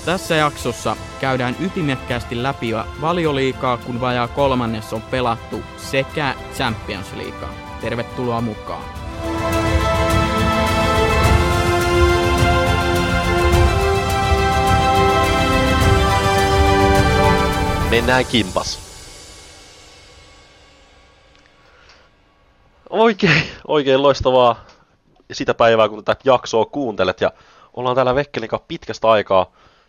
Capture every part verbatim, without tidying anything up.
Tässä jaksossa käydään ytimekkäästi läpi Valioliigaa, kun vajaa kolmannes on pelattu, sekä Champions Leaguea. Tervetuloa mukaan. Mennään kimpas. Oikein, oikein loistavaa sitä päivää, kun tätä jaksoa kuuntelet, ja ollaan täällä Vekkelin kanssa pitkästä aikaa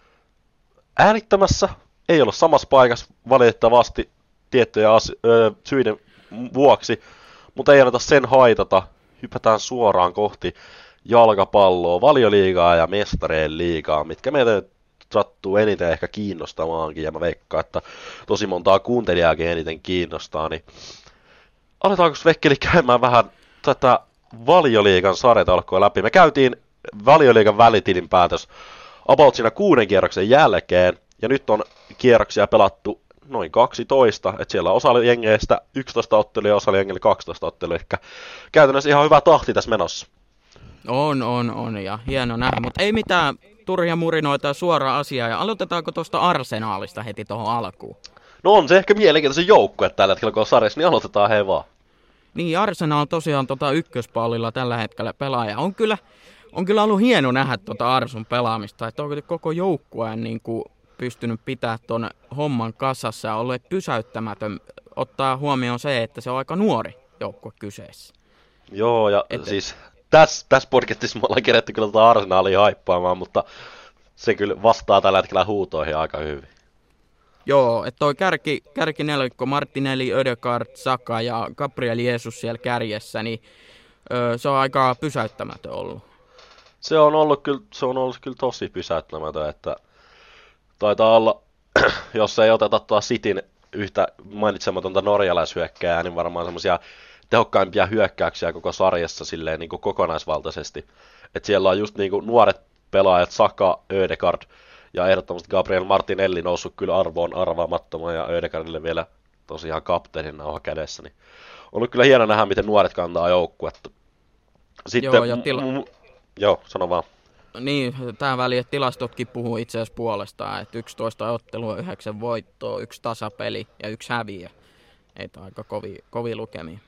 äänittämässä. Ei olla samassa paikassa valitettavasti tiettyjä asy- öö, syiden vuoksi, mutta ei anneta sen haitata. Hypätään suoraan kohti jalkapalloa, Valioliigaa ja Mestareen liigaa, mitkä meitä sattuu eniten ehkä kiinnostamaankin, ja mä veikkaan, että tosi montaa kuuntelijaakin eniten kiinnostaa, niin aletaanko Vekkeli käymään vähän tätä Valioliigan sarjataulukkoa läpi. Me käytiin Valioliigan välitilin päätös about siinä kuuden kierroksen jälkeen, ja nyt on kierroksia pelattu noin kaksitoista, että siellä on osa jengeistä yksitoista ottelua ja osa jengeillä kaksitoista ottelua, eli käytännössä ihan hyvä tahti tässä menossa. On, on, on, ja hieno nähdä, mutta ei mitään turhia murinoita, suora asiaa, ja aloitetaanko tuosta Arsenaalista heti tuohon alkuun? No on se ehkä mielenkiintoisen joukkue tällä hetkellä, kun on sarjassa, niin aloitetaan hei vaan. Niin, Arsenal tosiaan tota ykköspallilla tällä hetkellä pelaaja. On kyllä, on kyllä ollut hieno nähdä tuota Arsun pelaamista, että on koko joukkueen niin kuin pystynyt pitämään ton homman kasassa ja ollut pysäyttämätön. Ottaa huomioon se, että se on aika nuori joukkue kyseessä. Joo, ja Et, siis tässä täs podcastissa me ollaan kerätty kyllä tuota Arsenalia haippaamaan, mutta se kyllä vastaa tällä hetkellä huutoihin aika hyvin. Joo, että toi kärki, kärkinelikko Martinelli, Ödegaard, Saka ja Gabriel Jesus siellä kärjessä, niin öö, se on aika pysäyttämätön ollut. Se on ollut kyllä, se on ollut kyllä tosi pysäyttämätön, että taitaa olla, jos ei oteta tuota Cityn yhtä mainitsematonta norjalaishyökkääjää, niin varmaan semmoisia tehokkaimpia hyökkäyksiä koko sarjassa silleen niin kuin kokonaisvaltaisesti. Että siellä on just niin kuin nuoret pelaajat, Saka, Ödegaard, ja ehdottomasti Gabriel Martinelli noussut kyllä arvoon arvaamattomaan, ja Ödegaardille vielä tosiaan kapteenin nauha kädessä. Niin on ollut kyllä hieno nähdä, miten nuoret kantaa joukkuetta. Sitten, Joo, ja tila- m- m- joo, sano vaan. Niin, tähän väliin, että tilastotkin puhuu itse asiassa puolestaan, että yksitoista ottelua, yhdeksän voittoa, yksi tasapeli ja yksi häviö. Ei tämä aika kovia, kovia lukemia.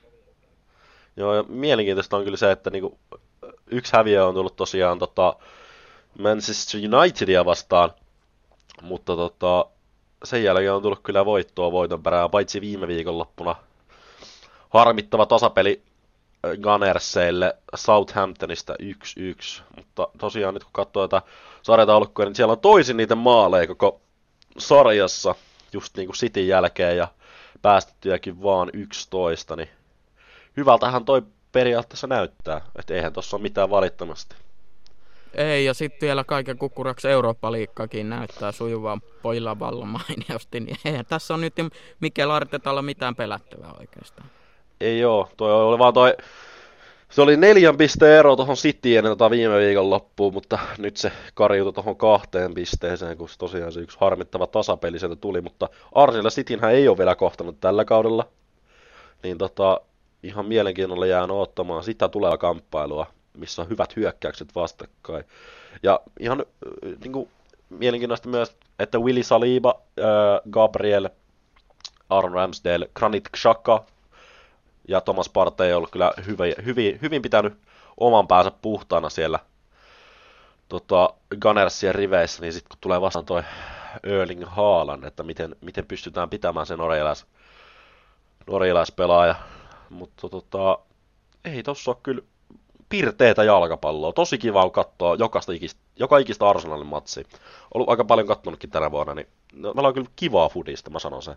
Joo, ja mielenkiintoista on kyllä se, että niinku, yksi häviö on tullut tosiaan tota, Manchester Unitedia vastaan, mutta tota, sen jälkeen on tullut kyllä voittoa voiton perään, paitsi viime viikonloppuna harmittava tasapeli Gunnersille Southamptonista yksi yksi, mutta tosiaan nyt kun katsoo tätä sarjataulukkoa, niin siellä on toisin niitä maaleja koko sarjassa, just niin kuin Cityn jälkeen, ja päästettyjäkin vaan yksitoista, niin hyvältähän toi periaatteessa näyttää, että eihän tossa ole mitään valittamasta. Ei, ja sitten vielä kaiken kukkuraksi Eurooppa-liiggakin näyttää sujuvaan pojilla vallan mainiosti, niin eihän tässä on nyt Mikel Artetalla mitään pelättävää oikeastaan. Ei oo, toi oli vaan toi, se oli neljän pisteen ero tohon Cityin ennen tota viime viikon loppuun, mutta nyt se karjutui tohon kahteen pisteeseen, kun tosiaan se yksi harmittava tasapeli sieltä tuli, mutta Arsenal Citynhän ei ole vielä kohtanut tällä kaudella, niin tota, ihan mielenkiinnolla jään odottamaan sitä tulevaa kamppailua, missä on hyvät hyökkäykset vastakkain. Ja ihan niin kuin, mielenkiintoista myös, että Willy Saliba, äh, Gabriel, Aaron Ramsdale, Granit Xhaka ja Thomas Partey on ollut kyllä hyvin, hyvin, hyvin pitänyt oman päänsä puhtaana siellä tota, Gunnersien riveissä, niin sitten kun tulee vastaan toi Erling Haaland, että miten, miten pystytään pitämään se norjalais, norjalaispelaaja. Mutta tota, ei tossa ole kyllä pirteetä jalkapalloa. Tosi kiva katsoa jokaista ikistä, joka ikistä Arsenalin matsia. Ollut aika paljon kattonutkin tänä vuonna, niin no, meillä on kyllä kivaa fudista, mä sanon sen.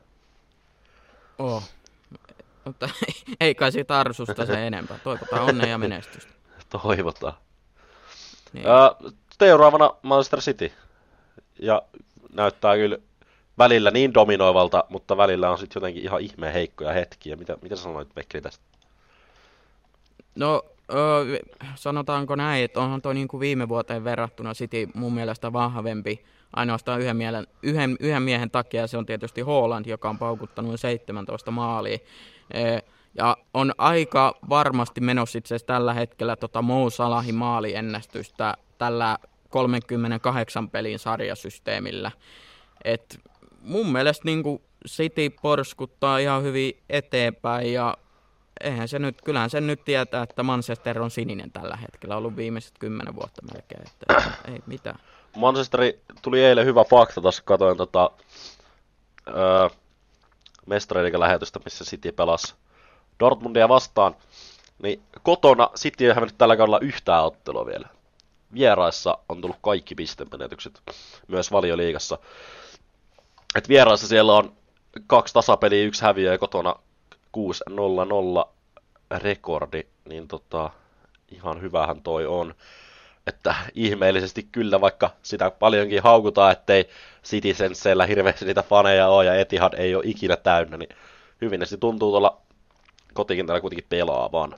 Oh. Mutta ei kai siitä Arsusta se enempää. Toivotaan onnea ja menestystä. Toivotaan. Niin. Öö, seuraavana Manchester City. Ja näyttää kyllä välillä niin dominoivalta, mutta välillä on sitten jotenkin ihan ihmeen heikkoja hetkiä. Mitä, mitä sä sanoit, Vekkeli, tästä? No, öö, sanotaanko näin, että onhan toi niin kuin viime vuoteen verrattuna City mun mielestä vahvempi. Ainoastaan yhden, mielen, yhden, yhden miehen takia, se on tietysti Haaland, joka on paukuttanut seitsemäntoista maalia. E, ja on aika varmasti menossa itse asiassa tällä hetkellä tota Mo Salahin maaliennästystä tällä kolmekymmentäkahdeksan pelin sarjasysteemillä. Et mun mielestä niinku City porskuttaa ihan hyvin eteenpäin ja eihän se nyt, kyllähän se nyt tietää, että Manchester on sininen tällä hetkellä, ollut viimeiset kymmenen vuotta melkein, että ei mitään. Manchesteri tuli eilen hyvä fakta, tuossa katoin tota, öö, Mestareiden lähetystä, missä City pelasi Dortmundia vastaan, niin kotona City ei hävennyt tällä kaudella yhtään ottelua vielä. Vieraissa on tullut kaikki pistemenetykset, myös Valioliigassa. Et vieraissa siellä on kaksi tasapeliä, yksi häviö ja kotona kuusi nolla nolla rekordi, niin tota, ihan hyvähän toi on. Että ihmeellisesti kyllä, vaikka sitä paljonkin haukutaan, ettei Citizenseillä hirveästi niitä faneja ole ja Etihad ei ole ikinä täynnä, niin hyvin ne tuntuu tuolla kotikentällä kuitenkin pelaavan.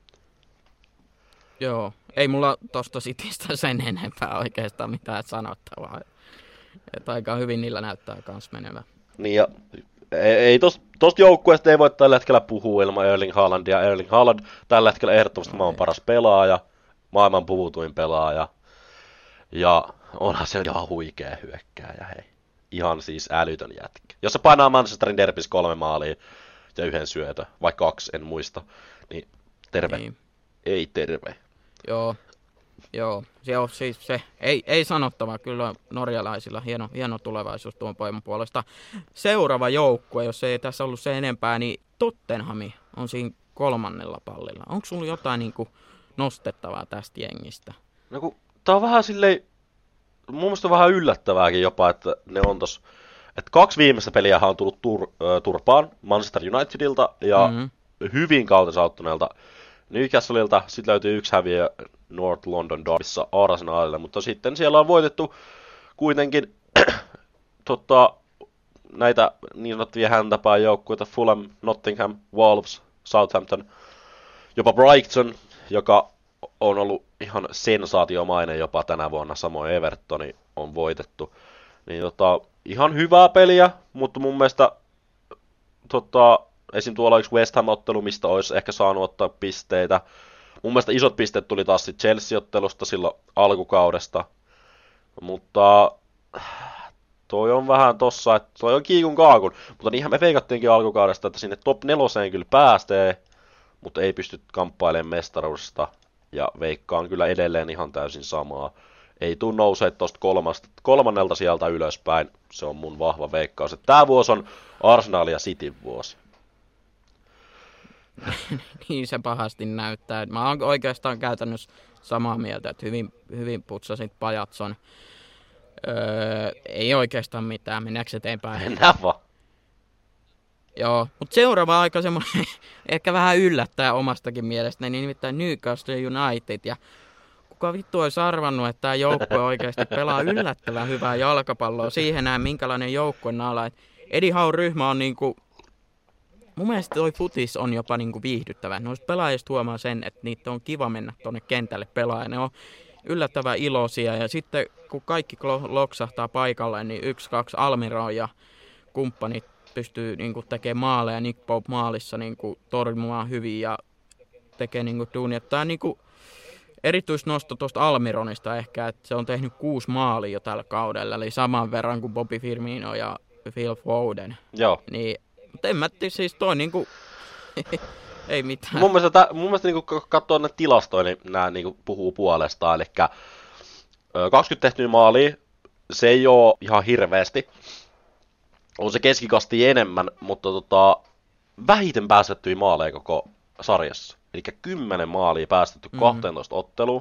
Joo, ei mulla tosta Citystä sen enempää oikeastaan mitään sanottavaa. Että aika hyvin niillä näyttää kans menevä. Niin ja ei, ei tosta, tosta joukkueesta ei voi tällä hetkellä puhua ilman Erling Haalandia. Erling Haaland tällä hetkellä ehdottomasti no, maailman paras pelaaja, maailman puhutuin pelaaja. Ja onhan se ihan huikea hyökkääjä, hei. Ihan siis älytön jätkä. Jos se painaa Manchesterin derbissä kolme maalia ja yhden syötö, vai kaksi, en muista, niin terve. Niin. Ei terve. Joo, joo. Se on siis se, ei, ei sanottava, kyllä norjalaisilla hieno, hieno tulevaisuus tuon poiman puolesta. Seuraava joukkue, jos ei tässä ollut se enempää, niin Tottenham on siinä kolmannella pallilla. Onko sulla jotain niin kuin nostettavaa tästä jengistä? No kun, tää on vähän silleen, mun mielestä on vähän yllättävääkin jopa, että ne on tossa, että kaksi viimeistä peliä on tullut tur, äh, turpaan Manchester Unitedilta ja mm-hmm. hyvin kautensauttaneelta Newcastleilta. Sitten löytyy yksi häviö North London Derbyssä Arsenalille, mutta sitten siellä on voitettu kuitenkin tota, näitä niin sanottuja häntäpään joukkueita, Fulham, Nottingham, Wolves, Southampton, jopa Brighton, joka on ollut ihan sensaatiomainen jopa tänä vuonna, samoin Evertoni on voitettu. Niin tota, ihan hyvää peliä, mutta mun mielestä tota, esim. Tuolla yksi West Ham-ottelu, mistä olisi ehkä saanut ottaa pisteitä. Mun mielestä isot pisteet tuli taas sit Chelsea-ottelusta silloin alkukaudesta. Mutta toi on vähän tossa, että toi on kiikun kaakun. Mutta niinhän me veikattiinkin alkukaudesta, että sinne top neloseen kyllä päästee, mutta ei pysty kamppailemaan mestaruudesta. Ja veikkaan kyllä edelleen ihan täysin samaa. Ei tuu nousee tosta kolmannelta sieltä ylöspäin. Se on mun vahva veikkaus. Että tää vuosi on Arsenal ja City vuosi. Niin se pahasti näyttää. Mä oon oikeastaan käytännössä samaa mieltä, että hyvin, hyvin putsasit Pajatson. Öö, ei oikeastaan mitään, mennäänkö eteenpäin? Mennään vaan. Joo, mutta seuraava aika semmoinen ehkä vähän yllättää omastakin mielestäni, niin nimittäin Newcastle United. Ja kuka vittu olisi arvannut, että tämä joukkue oikeasti pelaa yllättävän hyvää jalkapalloa. Siihen näen, minkälainen joukkue naala. Eddie Howe ryhmä on niinku, mun mielestä toi futis on jopa niinku viihdyttävä. Noista pelaajista huomaa sen, että niitä on kiva mennä tuonne kentälle pelaamaan. Ne on yllättävän iloisia ja sitten kun kaikki loksahtaa paikalleen, niin yksi, kaksi Almiron ja kumppanit pystyy niinku tekemään maaleja. Nick Pope maalissa niinku torjumaan hyvin ja tekee niinku duunia. Tämä on niinku erityisnosto tuosta Almironista ehkä, että se on tehnyt kuusi maalia jo tällä kaudella, eli saman verran kuin Bobby Firmino ja Phil Foden. Joo. Niin, mutta en mä tiedä, siis toi niinku, ei mitään. Mun mielestä, tää, mun mielestä niinku, kun katsoo näitä tilastoja, niin nämä niinku puhuu puolestaan, eli kaksikymmentä tehtyä maalia, se ei ole ihan hirveästi. On se keskikasti enemmän, mutta tota, vähiten päästettyjä maaleja koko sarjassa. Eli kymmenen maalia päästetty mm-hmm. kaksitoista otteluun.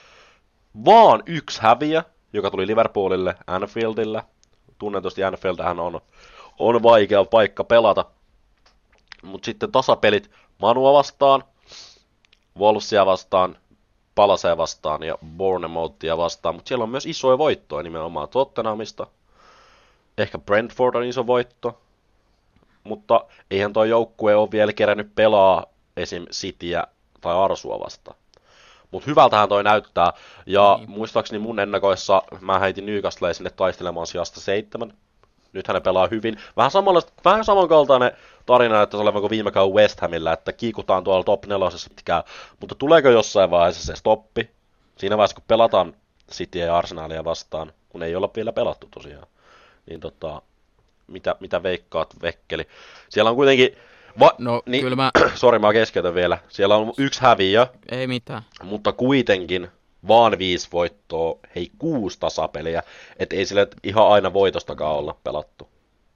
Vaan yksi häviö, joka tuli Liverpoolille, Anfieldille. Tunnetusti Anfieldhän on, on vaikea paikka pelata. Mutta sitten tasapelit Manua vastaan, Wolvesia vastaan, Palasea vastaan ja Bournemouthia vastaan. Mutta siellä on myös isoja voittoja nimenomaan Tottenhamista. Ehkä Brentford on iso voitto. Mutta eihän tuo joukkue ole vielä kerännyt pelaa esim. Cityä tai Arsua vastaan. Mutta hyvältähän toi näyttää. Ja niin. Muistaakseni mun ennakoissa mä heitin Newcastle sinne taistelemaan sijasta seitsemän. Nythän ne pelaa hyvin. Vähän, vähän samankaltainen tarina näyttäisi olevan kuin viime kauan West Hamilla, että kiikutaan tuolla top nelosessa pitkään. Mutta tuleeko jossain vaiheessa se stoppi? Siinä vaiheessa kun pelataan Cityä ja Arsenalia vastaan, kun ei olla vielä pelattu tosiaan. Niin tota, mitä, mitä veikkaat, Vekkeli? Siellä on kuitenkin... Va- No, niin, kyllä mä... Sori, mä keskeytän vielä. Siellä on yksi häviö, Ei mitään. mutta kuitenkin vaan viisi voittoa, hei kuusi tasapeliä. Et ei sille ihan aina voitostakaan olla pelattu.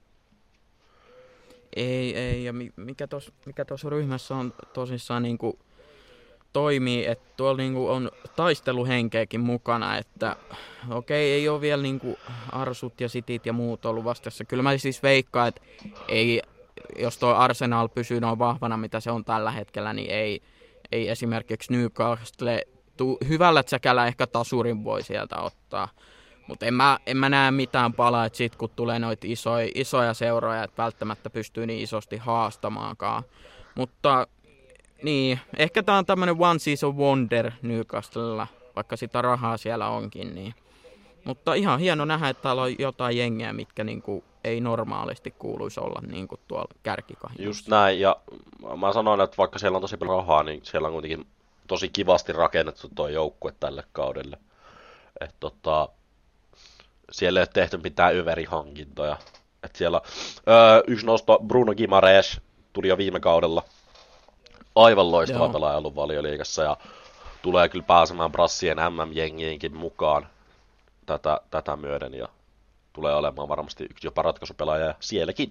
Ei, ei. Ja mi- mikä tuossa mikä tos ryhmässä on tosissaan niinku toimii, että tuolla niinku on taisteluhenkeäkin mukana, että okei, ei ole vielä niinku Arsut ja Sitit ja muut ollut vastassa. Kyllä mä siis veikkaan, että ei, jos tuo Arsenal pysyy noin vahvana, mitä se on tällä hetkellä, niin ei, ei esimerkiksi Newcastle tu- hyvällä tsäkällä ehkä tasurin voi sieltä ottaa. Mutta en mä, en mä näe mitään palaa, että sit kun tulee noita isoja, isoja seuroja, että välttämättä pystyy niin isosti haastamaankaan. Mutta niin, ehkä tää on tämmönen one season wonder Newcastlella, vaikka sitä rahaa siellä onkin. Niin. Mutta ihan hieno nähdä, että täällä on jotain jengiä, mitkä niinku ei normaalisti kuuluisi olla niinku tuolla kärkikahinossa. Just näin, ja mä sanoin, että vaikka siellä on tosi paljon rahaa, niin siellä on kuitenkin tosi kivasti rakennettu tuo joukkue tälle kaudelle. Et tota, siellä ei ole tehty mitään yverihankintoja. Et siellä öö, yksi nosto, Bruno Guimaraes tuli jo viime kaudella. Aivan loistava Joo. pelaaja ollut Valioliigassa ja tulee kyllä pääsemään Brassien M M-jengiinkin mukaan tätä, tätä myöden ja tulee olemaan varmasti yksi jopa ratkaisupelaaja sielläkin.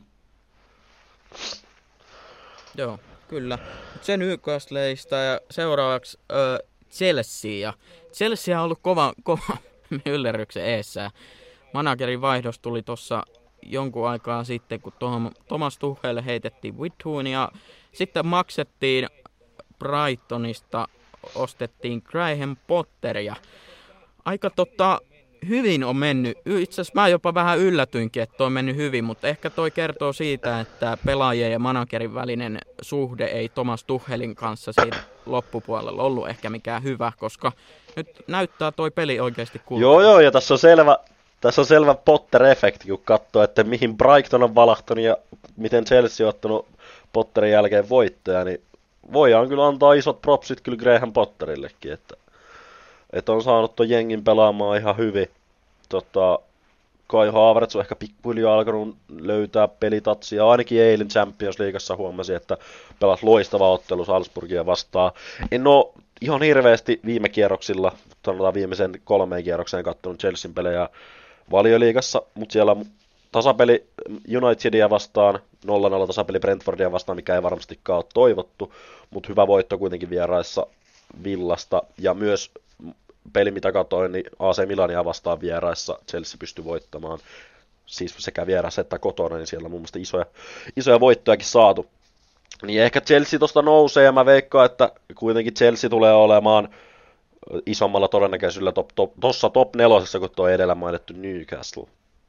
Joo, kyllä. Se Newcastleista ja seuraavaksi ö, Chelsea. Ja Chelsea on ollut kova, kova myllerryksen eessä. Managerin vaihdos tuli tuossa jonkun aikaa sitten, kun Tom, Thomas Tuchel heitettiin Withuun ja sitten maksettiin Brightonista, ostettiin Graham Potteria. Aika tota, hyvin on mennyt. Itse asiassa mä jopa vähän yllätyinkin, että toi on mennyt hyvin, mutta ehkä toi kertoo siitä, että pelaajien ja managerin välinen suhde ei Thomas Tuchelin kanssa siitä loppupuolella ollut ehkä mikään hyvä, koska nyt näyttää toi peli oikeasti kultaa. Joo joo, ja tässä on selvä, tässä on selvä Potter-efekti, kun katsoo, että mihin Brighton on valahtanut ja miten Chelsea on ottanut Potterin jälkeen voittoja, niin voidaan kyllä antaa isot propsit kyllä Graham Potterillekin, että, että on saanut ton jengin pelaamaan ihan hyvin. Tota, Kai Havertz on ehkä pikkuhiljaa alkanut löytää pelitatsia, ainakin eilen Champions Leaguessa huomasin, että pelasi loistava ottelu Salzburgia vastaan. En oo ihan hirveästi viime kierroksilla, sanotaan viimeisen kolmeen kierrokseen kattonut Chelsean pelejä Valioliigassa, mutta siellä on tasapeli Unitedia vastaan, nolla nolla tasapeli Brentfordia vastaan, mikä ei varmastikaan ole toivottu, mutta hyvä voitto kuitenkin vieraissa Villasta, ja myös peli, mitä katsoin, niin A C Milania vastaan vieraissa Chelsea pystyi voittamaan, siis sekä vieraissa että kotona, niin siellä on mun mielestä isoja, isoja voittojakin saatu. Niin ehkä Chelsea tosta nousee, ja mä veikkaan, että kuitenkin Chelsea tulee olemaan isommalla todennäköisyydellä top, top, tossa top nelosessa kuin tuo edellä mainittu Newcastle.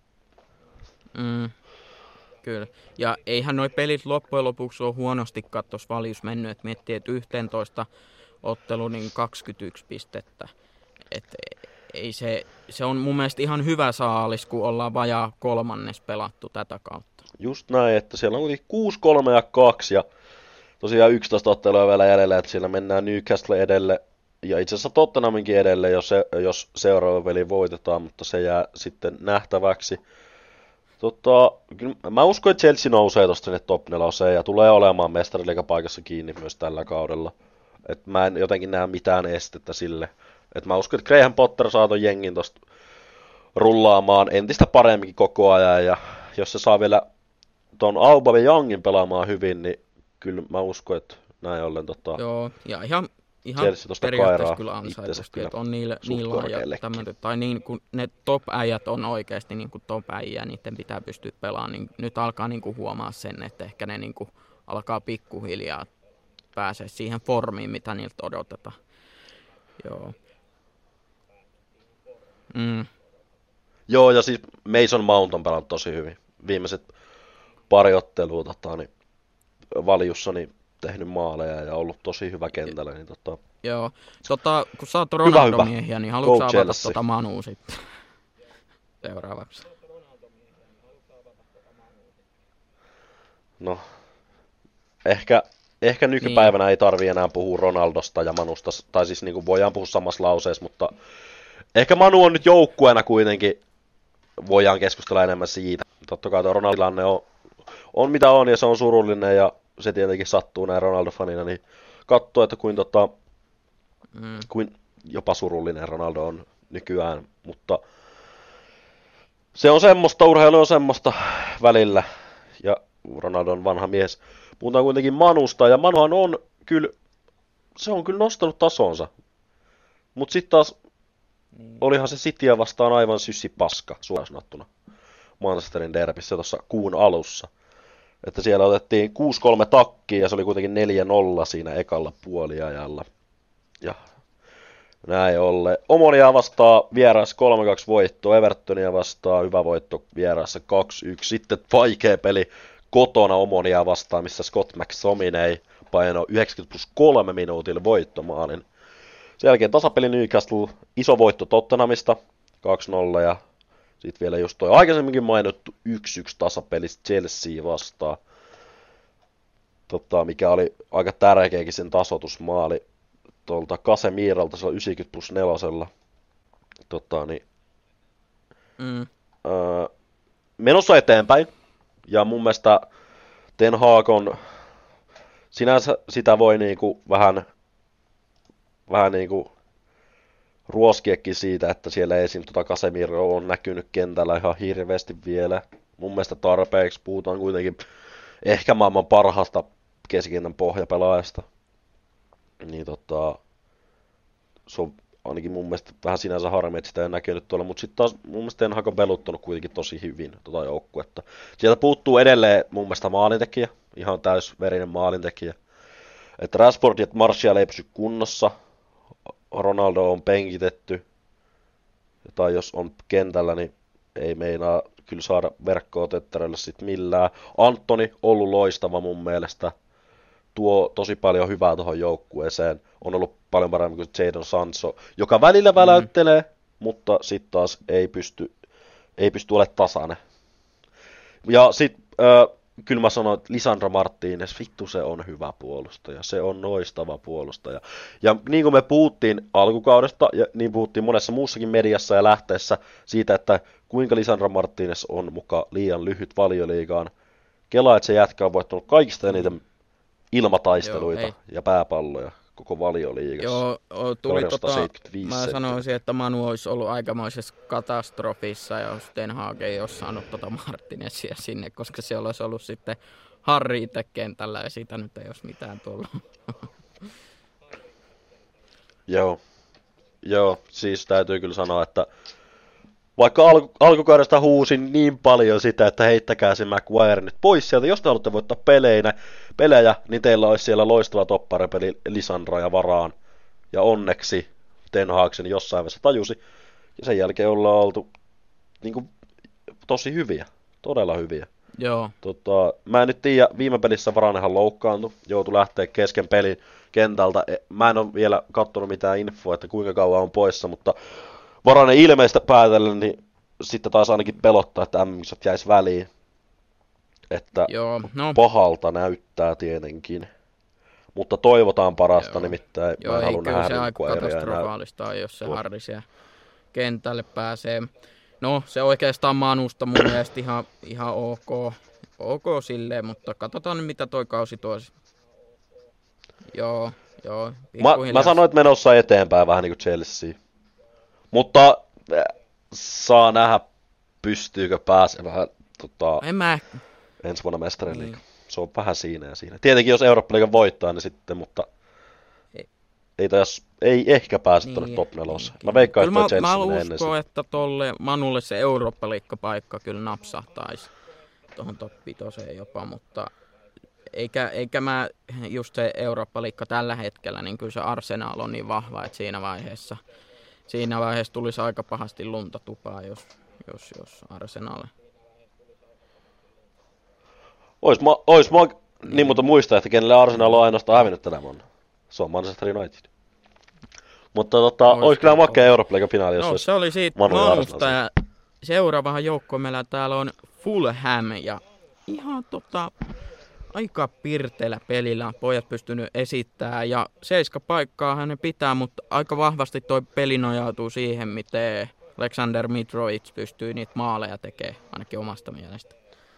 Mm, kyllä. Ja eihän noi pelit loppujen lopuksi ole huonostikaan tuossa valjus mennyt, että miettii, että yhteentoista ottelu niin kaksikymmentäyksi pistettä. Et ei se, se on mun mielestä ihan hyvä saalis, kun ollaan vajaa kolmannes pelattu tätä kautta. Just näin, että siellä on kuitenkin kuusi kolme ja kaksi ja tosiaan yksitoista ottelua vielä jäljellä, että siellä mennään Newcastle edelle ja itse asiassa Tottenhaminkin edelle, jos, se, jos seuraava peli voitetaan, mutta se jää sitten nähtäväksi. Tota, kyllä mä uskon, että Chelsea nousee tuosta sinne top neloseen ja tulee olemaan mestariliigapaikassa kiinni myös tällä kaudella. Et mä en jotenkin näe mitään estettä sille. Et mä uskon, että Graham Potter saa ton jengin tosta rullaamaan entistä paremminkin koko ajan. Ja jos se saa vielä ton Aubameyangin pelaamaan hyvin, niin kyllä mä uskon, että näin ollen tota... Joo, ja ihan, ihan Chelsea tosta periaatteessa kairaa kyllä itsensä ansaitusti, kyllä että on niillä, suht niillä ja korkeallekin. tämmöinen, tai niin kuin ne top-äijät on oikeasti niin kuin top-äijä, niiden pitää pystyä pelaamaan, niin nyt alkaa niin kuin huomaa sen, että ehkä ne niin kuin alkaa pikkuhiljaa pääsee siihen formiin, mitä niiltä odotetaan. Joo. Mm. Joo, ja siis Mason Mount on pelannut tosi hyvin. Viimeiset pari ottelua tota, niin, valjussa niin tehnyt maaleja ja ollut tosi hyvä kentällä. Niin, tota... Joo, tota, kun sä oot Hyvä, Ronaldo-miehiä, niin haluatko Go sä avata Chelsea. tota Manua sitten seuraavaksi? No, ehkä, ehkä nykypäivänä niin. Ei tarvi enää puhua Ronaldosta ja Manusta, tai siis niin kuin voidaan puhua samassa lauseessa, mutta Ehkä Manu on nyt joukkueena kuitenkin, voidaan keskustella enemmän siitä. Totta kai tuo Ronaldo-tilanne on, on mitä on ja se on surullinen ja se tietenkin sattuu näin Ronaldo-fanina, niin katsoo, että kuin, tota, mm. kuin jopa surullinen Ronaldo on nykyään, mutta se on semmoista, urheilu on semmoista välillä ja Ronaldo on vanha mies. Puhutaan kuitenkin Manusta ja Manuhan on kyllä, se on kyllä nostanut tasonsa, mutta sitten taas niin. Olihan se Cityä vastaan aivan syssipaska suoraan sanottuna Manchesterin derbissä tuossa kuun alussa. Että siellä otettiin kuusi kolme takkiin ja se oli kuitenkin neljä nolla siinä ekalla puoliajalla. Ja näin ollen. Omonia vastaa vieraassa kolme kaksi voitto, Evertonia vastaa hyvä voitto vieraassa kaksi yksi. Sitten vaikea peli kotona Omonia vastaan, missä Scott McTominay painoi yhdeksänkymmentä plus kolme minuutilla voittomaalin. Sen jälkeen tasapeli Newcastle, iso voitto Tottenhamista, kaksi nolla ja sitten vielä just toi aikaisemminkin mainittu yksi yksi tasapeli Chelsea vastaan, tota, mikä oli aika tärkeäkin sen tasoitusmaali tuolta Casemirolta, se on yhdeksänkymmentä plus nelosella. Tota, niin, mm. öö, menossa eteenpäin ja mun mielestä Ten Hag on, sinänsä sitä voi niinku vähän vähän niinku ruoskiekin siitä, että siellä esim. Tuota Casemiro on näkynyt kentällä ihan hirveästi vielä. Mun mielestä tarpeeksi puhutaan kuitenkin ehkä maailman parhaasta keskikentän pohjapelaajasta. Niin tota, se on ainakin mun mielestä vähän sinänsä harmi, että sitä ei näkynyt tuolla, mutta sitten taas mun mielestä Ten Hag on peluttanut kuitenkin tosi hyvin tota joukkuetta. Sieltä puuttuu edelleen mun mielestä maalintekijä, ihan täysverinen maalintekijä. Että Rashford ja Martial ei pysy kunnossa. Ronaldo on penkitetty. Tai jos on kentällä, niin ei meinaa kyllä saada verkkoa Tetterelle sit millään. Antoni ollut loistava mun mielestä. Tuo tosi paljon hyvää tuohon joukkueeseen. On ollut paljon paremmin kuin Jadon Sancho, joka välillä väläyttelee, mm. mutta sitten taas ei pysty, ei pysty olemaan tasainen. Ja sitten äh, kyllä mä sanoin, että Lisandro Martínez, vittu se on hyvä puolustaja, se on loistava puolustaja. Ja niin kuin me puhuttiin alkukaudesta, ja niin puhuttiin monessa muussakin mediassa ja lähteessä siitä, että kuinka Lisandro Martínez on muka liian lyhyt Valioliigaan. Kelaa, että se jätkä on voittanut kaikista eniten ilmataisteluita Joo, ja pääpalloja koko Valioliigassa. Joo, tuli tota, mä sanoisin, että Manu olisi ollut aikamoisessa katastrofissa, jos Ten Hag ei olisi saanut tota Martinezia sinne, koska se olisi ollut sitten Harry itse kentällä ja siitä nyt ei olisi mitään tullut. Joo, Joo, siis täytyy kyllä sanoa, että vaikka alku, alkukaudesta huusin niin paljon sitä, että heittäkää se Maguire nyt pois sieltä, jos te haluatte voittaa peleinä, pelejä, niin teillä olisi siellä loistava topparipeli Lisandra ja varaan. Ja onneksi Ten Hag sen jossain vaiheessa tajusi. Ja sen jälkeen ollaan oltu niin kuin, tosi hyviä, todella hyviä. Joo. Tota, mä en nyt tiedä, viime pelissä Varanehan loukkaantui, joutui lähteä kesken pelin kentältä. Mä en ole vielä katsonut mitään infoa, että kuinka kauan on poissa, mutta Varanen ilmeistä päätellen, niin sitten taas ainakin pelottaa, että M M-kisat jäisi väliin. Että Joo, no. pahalta näyttää tietenkin. Mutta toivotaan parasta, Joo. nimittäin Joo, mä en halua nähdä se aika katastrofaalista, jos se Harri siellä kentälle pääsee. No, se oikeastaan Manusta mun mielestä ihan, ihan ok, ok silleen, mutta katsotaan nyt mitä toi kausi tuosi. Joo, joo. Mä, mä sanoin, että menossa eteenpäin vähän niin kuin Chelsea. Mutta äh, saa nähdä, pystyykö pääsemään tota, en mä... ensi vuonna Mestarien liiga. Niin. Se on vähän siinä ja siinä. Tietenkin jos Eurooppa-liigan voittaa, niin sitten, mutta ei, ei, tais, ei ehkä pääse niin, tuonne top neloseen. Niin, mä veikkaan, että Chelsea mä, menee mä ennen uskon, että tolle Manulle se Eurooppa-liiga-paikka kyllä napsahtaisi tuohon top vitoseen jopa, mutta eikä, eikä mä just se Eurooppa-liiga tällä hetkellä, niin kyllä se Arsenal on niin vahva, että siinä vaiheessa Siinä vaiheessa tulisi aika pahasti lunta tupaa, jos, jos, jos Arsenal. Ois mä, ois mä niin. niin, mutta muista, että kenelle Arsenal on ainoastaan hävinnyt tänä vuonna. Se on Manchester United. Mutta tota, ois, ois kyllä makea Eurooppa-liigan finaali, jos no, olisi se oli siitä Manusta ja seuraavahan joukko meillä täällä on Fulham ja ihan tota aika pirteellä pelillä on pojat pystynyt esittämään. Ja seiska paikkaa hänen pitää, mutta aika vahvasti toi peli nojautuu siihen, miten Alexander Mitrovic pystyy niitä maaleja tekemään, ainakin omasta mielestä.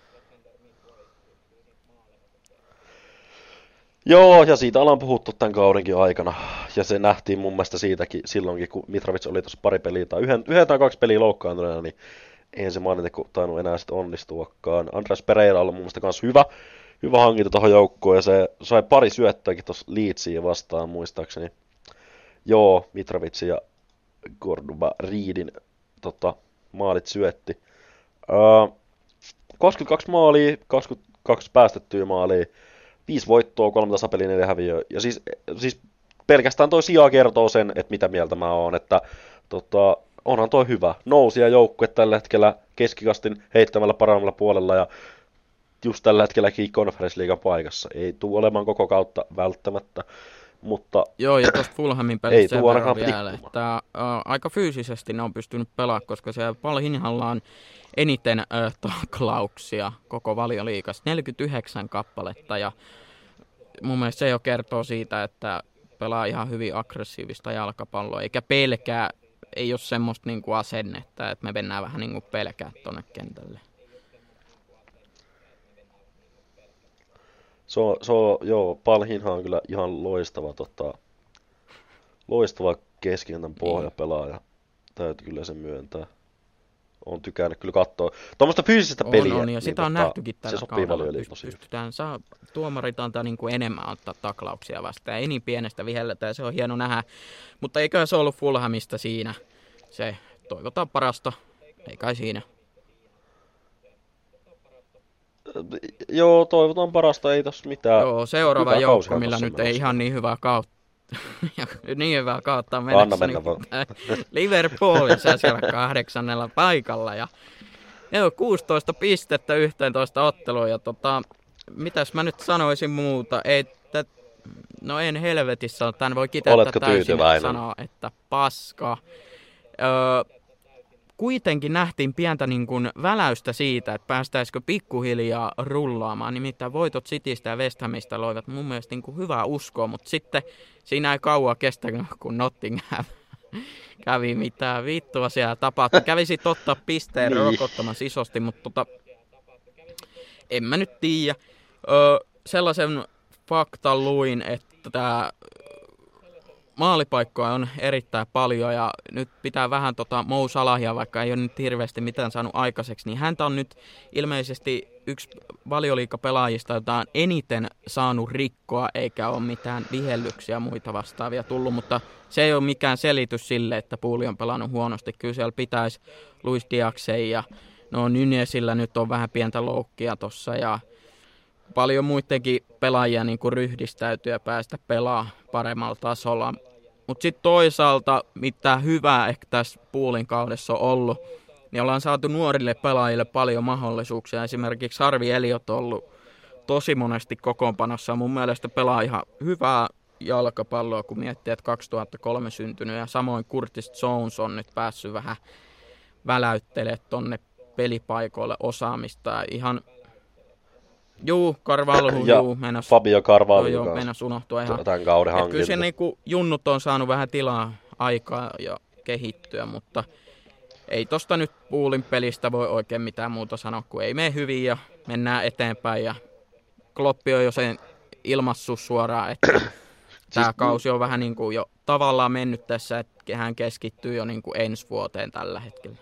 Joo, ja siitä ollaan puhuttu tämän kaudenkin aikana. Ja se nähtiin mun mielestä siitäkin silloinkin, kun Mitrovic oli tuossa pari peliä tai yhden, yhden tai kaksi peliä loukkaantuneena, niin eihän se maaninteko tainnut enää sitten onnistuakaan. Andres Pereira on mun mielestä myös hyvä, hyvä hankinta tuohon joukkoon, ja se sai pari syöttöäkin tuossa Leedsiin vastaan muistaakseni. Joo, Mitrovic ja Cordoba Reedin tota, maalit syötti. Uh, kaksikymmentäkaksi maalia, kaksikymmentäkaksi päästettyä maalia, viisi voittoa, kolme tasapeliä, neljä häviöä. Ja siis, siis pelkästään toi sija kertoo sen, että mitä mieltä mä oon, että tota, onhan toi hyvä. Nousia joukkue tällä hetkellä keskikastin heittämällä paremmalla puolella ja just tällä hetkelläkin Conference-liigan paikassa. Ei tule olemaan koko kautta välttämättä, mutta joo, ja tuosta Fulhamin pelistä sen verran vielä, että uh, aika fyysisesti ne on pystynyt pelaamaan, koska siellä Palhinhalla on eniten uh, taklauksia koko Valioliigassa, neljäkymmentäyhdeksän kappaletta, ja mun mielestä se jo kertoo siitä, että pelaa ihan hyvin aggressiivista jalkapalloa, eikä pelkää, ei ole semmoista niinku asennetta, että me mennään vähän niin kuin pelkää tonne kentälle. Se on, se on, joo, Palhinha on kyllä ihan loistava, tota, loistava keskikentän pohjapelaaja, täytyy kyllä sen myöntää. Olen tykännyt kyllä katsoa tuommoista fyysistä on, peliä. On, ja sitä niin, on tota, nähtykin tällä kaudella. Pyst- pystytään saa tuomarit antaa niin kuin enemmän antaa taklauksia vastaan. Ei niin pienestä vihelletä, ja se on hieno nähdä. Mutta eiköhän se ollut Fulhamista siinä. Se toivotaan parasta, ei kai siinä. Joo, toivotaan parasta, ei tossa mitään. Joo, seuraava joukko, millä nyt ei ihan niin hyvää kautta. niin hyvää kautta on mennessä. Niin, Liverpool, se siellä kahdeksannella paikalla. Ja, joo, kuusitoista pistettä yhteentoista ottelua. Ja tota, mitäs mä nyt sanoisin muuta? Ei, tät, no en helvetissä, tän voi kiteyttää täysin, että sanoa, että paska. Öö, Kuitenkin nähtiin pientä niin kuin väläystä siitä, että päästäisikö pikkuhiljaa rullaamaan. Nimittäin voitot Citystä ja West Hamista loivat mun mielestä niin kuin hyvää uskoa, mutta sitten siinä ei kauan kestä, kun Nottingham kävi mitään vittua siellä tapahtui. Kävisi ottaa pisteen niin. Rokottamassa isosti, mutta tota, en mä nyt tiedä. Öö, sellaisen faktan luin, että tämä maalipaikkoja on erittäin paljon ja nyt pitää vähän tota Mo Salahia, vaikka ei ole nyt hirveästi mitään saanut aikaiseksi, niin häntä on nyt ilmeisesti yksi Valioliigapelaajista, jota on eniten saanut rikkoa, eikä ole mitään vihellyksiä ja muita vastaavia tullut, mutta se ei ole mikään selitys sille, että Puuli on pelannut huonosti. Kyllä siellä pitäisi Luis Diaksen ja no Nunezillä nyt on vähän pientä loukkia tossa ja paljon muidenkin pelaajia niin kuin ryhdistäytyy ja päästä pelaa paremmalla tasolla. Mutta sitten toisaalta, mitä hyvää ehkä tässä Puulin kaudessa on ollut, niin ollaan saatu nuorille pelaajille paljon mahdollisuuksia. Esimerkiksi Harvey Elliott on ollut tosi monesti kokoonpanossa. Mun mielestä pelaa ihan hyvää jalkapalloa, kun miettii, että kaksituhattakolme syntynyt. Ja samoin Curtis Jones on nyt päässyt vähän väläyttelemään tonne pelipaikoille osaamista. Ihan Juu, Carvalho, juu, menas, Fabio Carvalho joo, joo, menas unohtua ihan. Tämän kauden hankinta. Kyllä se niinku junnut on saanut vähän tilaa, aikaa ja kehittyä, mutta ei tosta nyt Puulin pelistä voi oikein mitään muuta sanoa, kun ei mene hyvin ja mennään eteenpäin. Ja Kloppi on jo sen ilmassut suoraan, että tämä kausi on vähän niin kuin jo tavallaan mennyt tässä, että hän keskittyy jo niin kuin ensi vuoteen tällä hetkellä.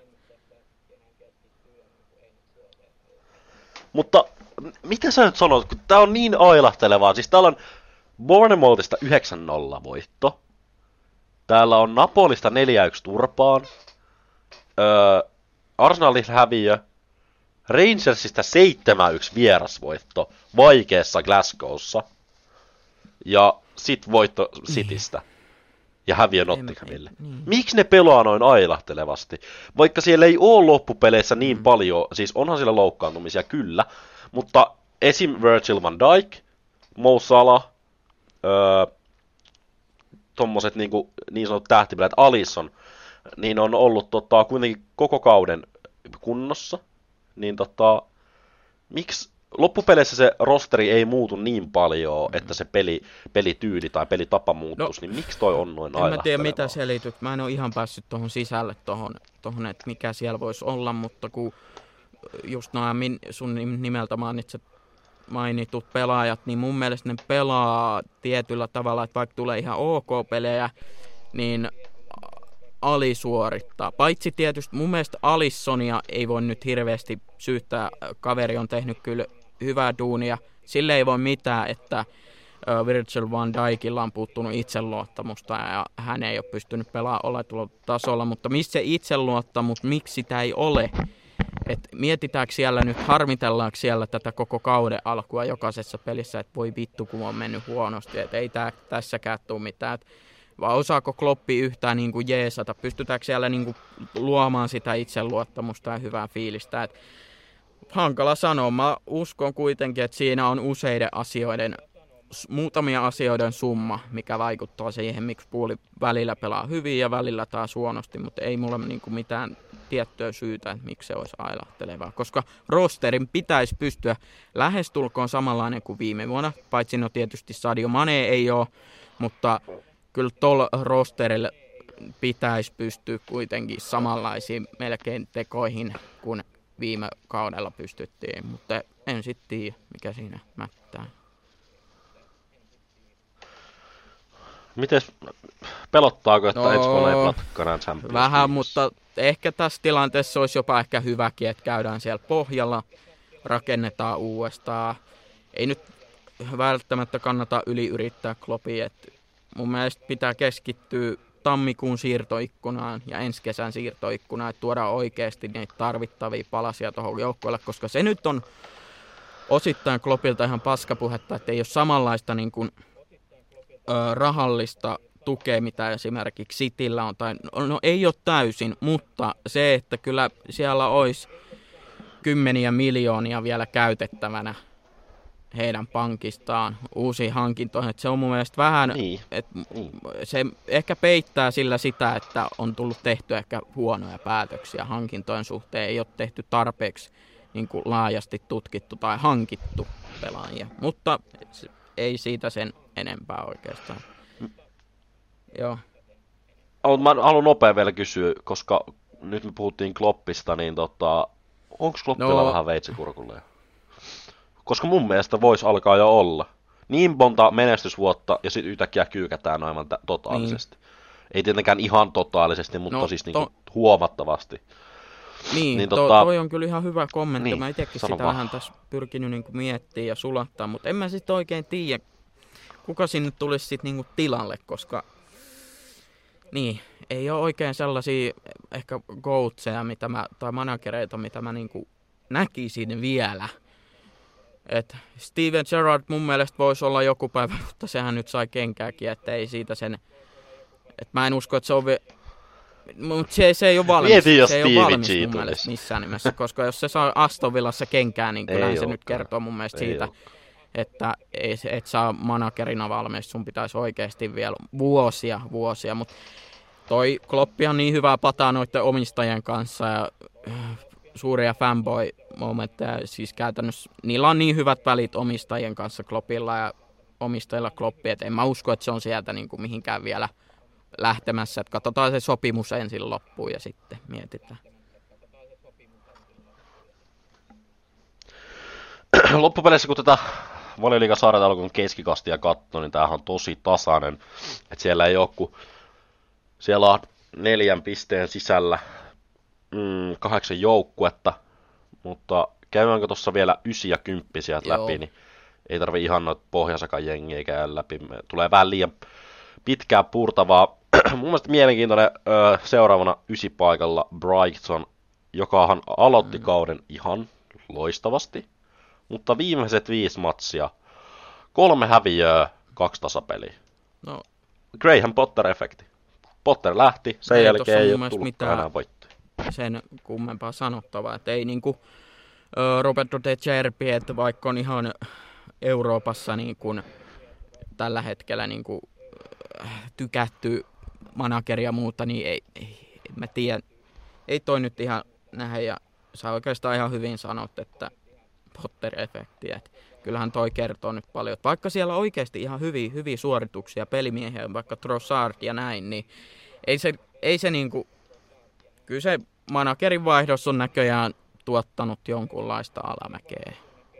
Mutta mitä sä nyt sanot, kun tää on niin ailahtelevaa. Siis täällä on Bournemouthista yhdeksän nolla voitto. Täällä on Napolista neljä yksi turpaan. Öö, Arsenalin häviö. Rangersista seitsemän yksi vierasvoitto vaikeassa Glasgowssa. Ja sit voitto Citystä. Ja häviö Nottinghamille. Niin. Miksi ne pelaa noin ailahtelevasti? Vaikka siellä ei ole loppupeleissä niin mm. paljon, siis onhan siellä loukkaantumisia kyllä, mutta esim. Virgil van Dijk, Mo Salah, öö, tommoset niinku, niin sanotut tähtipelät, Alisson, niin on ollut tota, kuitenkin koko kauden kunnossa. Niin tota, miksi loppupeleissä se rosteri ei muutu niin paljon, mm. että se peli, pelityyli tai pelitapa muuttuisi, no, niin miksi toi on noin ailahtelevaa? En mä tiedä mitä selityt. Mä en ole ihan päässyt tuohon sisälle, tohon, tohon, että mikä siellä voisi olla, mutta kun just nämä sun nimeltä mainitset, mainitut pelaajat, niin mun mielestä ne pelaa tietyllä tavalla, että vaikka tulee ihan ok-pelejä, niin alisuorittaa. Paitsi tietysti mun mielestä Alissonia ei voi nyt hirveästi syyttää. Kaveri on tehnyt kyllä hyvää duunia. Sille ei voi mitään, että Virgil van Dijkilla on puuttunut itseluottamusta ja hän ei ole pystynyt pelaamaan oletulla tasolla. Mutta missä se itseluottamus, miksi sitä ei ole? Et mietitäänkö siellä nyt, harmitellaanko siellä tätä koko kauden alkua jokaisessa pelissä, että voi vittu kun on mennyt huonosti, että ei tää, tässäkään tule mitään. Et vai osaako Kloppi yhtään niin kuin jeesata? Pystytäänkö siellä niin kuin luomaan sitä itseluottamusta ja hyvää fiilistä? Et hankala sanoa. Mä uskon kuitenkin, että siinä on useiden asioiden, muutamia asioiden summa, mikä vaikuttaa siihen, miksi puoli välillä pelaa hyvin ja välillä taas huonosti, mutta ei mulla niin kuin mitään tiettyä syytä, että miksi se olisi ailahtelevaa. Koska rosterin pitäisi pystyä lähestulkoon samanlainen kuin viime vuonna, paitsi no tietysti Sadio Mane ei ole, mutta kyllä tuolla rosterilla pitäisi pystyä kuitenkin samanlaisiin melkein tekoihin kuin viime kaudella pystyttiin, mutta en sitten tiedä, mikä siinä mättää. Mites, pelottaako, että no, ensi vuonna ei pelata Grand Champions? Vähän, mutta ehkä tässä tilanteessa olisi jopa ehkä hyväkin, että käydään siellä pohjalla, rakennetaan uudestaan. Ei nyt välttämättä kannata yliyrittää Kloppia, että mun mielestä pitää keskittyä tammikuun siirtoikkunaan ja ensi kesän siirtoikkunaan, että tuodaan oikeasti niitä tarvittavia palasia tuohon joukkueelle, koska se nyt on osittain Kloppilta ihan paskapuhetta, että ei ole samanlaista niin kuin, ö, rahallista tukea, mitä esimerkiksi Cityllä on, tai no, no ei ole täysin, mutta se, että kyllä siellä olisi kymmeniä miljoonia vielä käytettävänä heidän pankistaan uusiin hankintoihin. Että se on mun mielestä vähän, niin. että se ehkä peittää sillä sitä, että on tullut tehty ehkä huonoja päätöksiä hankintojen suhteen. Ei ole tehty tarpeeksi niin kuin laajasti tutkittu tai hankittu pelaajia, mutta ei siitä sen enempää oikeastaan. Mm. Joo. Mä haluan nopea vielä kysyä, koska nyt me puhuttiin Kloppista, niin tota, onko Kloppilla no, vähän veitsikurkulle? Koska mun mielestä voisi alkaa jo olla. Niin monta menestysvuotta ja sitten yhtäkkiä kyykätään aivan t- totaalisesti. Niin. Ei tietenkään ihan totaalisesti, mutta no, siis niinku to... huomattavasti. Niin, niin to, tota... toi on kyllä ihan hyvä kommentti. Niin, mä itsekin sitä vaan. Vähän tässä pyrkinyt niinku miettimään ja sulattaa, mutta en mä sitten oikein tiedä, kuka sinne tulisi sitten niinku tilalle, koska niin, ei ole oikein sellaisia ehkä coacheja mitä mä, tai managereita, mitä mä niinku näkisin vielä. Et Steven Gerrard mun mielestä voisi olla joku päivä, mutta sehän nyt sai kenkääkin, että ei siitä sen, että mä en usko, että se on, vi... mutta se, se ei ole valmis, Mieti, se ei ole valmis mun mielestä missään nimessä, koska jos se saa Aston Villassa kenkää, niin kyllähän se nyt kertoo mun mielestä ei siitä, ole. Että ei, et saa managerina valmis, sun pitäisi oikeasti vielä vuosia, vuosia, mutta toi Kloppi on niin hyvää pataa noiden omistajien kanssa ja suuria fanboy-momentteja, siis käytännössä niillä on niin hyvät välit omistajien kanssa Kloppilla ja omistajilla Kloppi, että en mä usko, että se on sieltä niin kuin mihinkään vielä lähtemässä, että katsotaan se sopimus ensin loppuun ja sitten mietitään. Loppupeleissä, kun tätä Valioliigan alkuun keskikastia katsoo, niin tämähän on tosi tasainen, että siellä ei ole kuin, siellä on neljän pisteen sisällä Mm, kahdeksan joukkuetta, mutta käydäänkö tuossa vielä ysi ja kymppi sieltä läpi, niin ei tarvi ihan noita pohjasakan jengiä käydä läpi. Me tulee vähän liian pitkää purtavaa. Mun mielestä mielenkiintoinen ö, seuraavana ysi paikalla Brighton, jokahan aloitti mm. kauden ihan loistavasti, mutta viimeiset viisi matsia, kolme häviöä, kaksi tasapeliä. No. Graham Potter-efekti. Potter lähti, sen ei jälkeen ei ole tullutkaan enää voittoa. Sen kummempaa sanottavaa, että ei niinku Roberto De Zerbi, että vaikka on ihan Euroopassa niin kuin tällä hetkellä niin kuin tykätty manageri ja muuta, niin ei, ei mä tiedä, ei toi nyt ihan nähdä ja sä oikeastaan ihan hyvin sanot, että Potter-efekti. Et kyllähän toi kertoo nyt paljon. Et vaikka siellä on oikeasti ihan hyviä, hyviä suorituksia pelimiehiä, vaikka Trossard ja näin, niin ei se, ei se niinku, kyllä se managerin vaihdos on näköjään tuottanut jonkunlaista alamäkeä.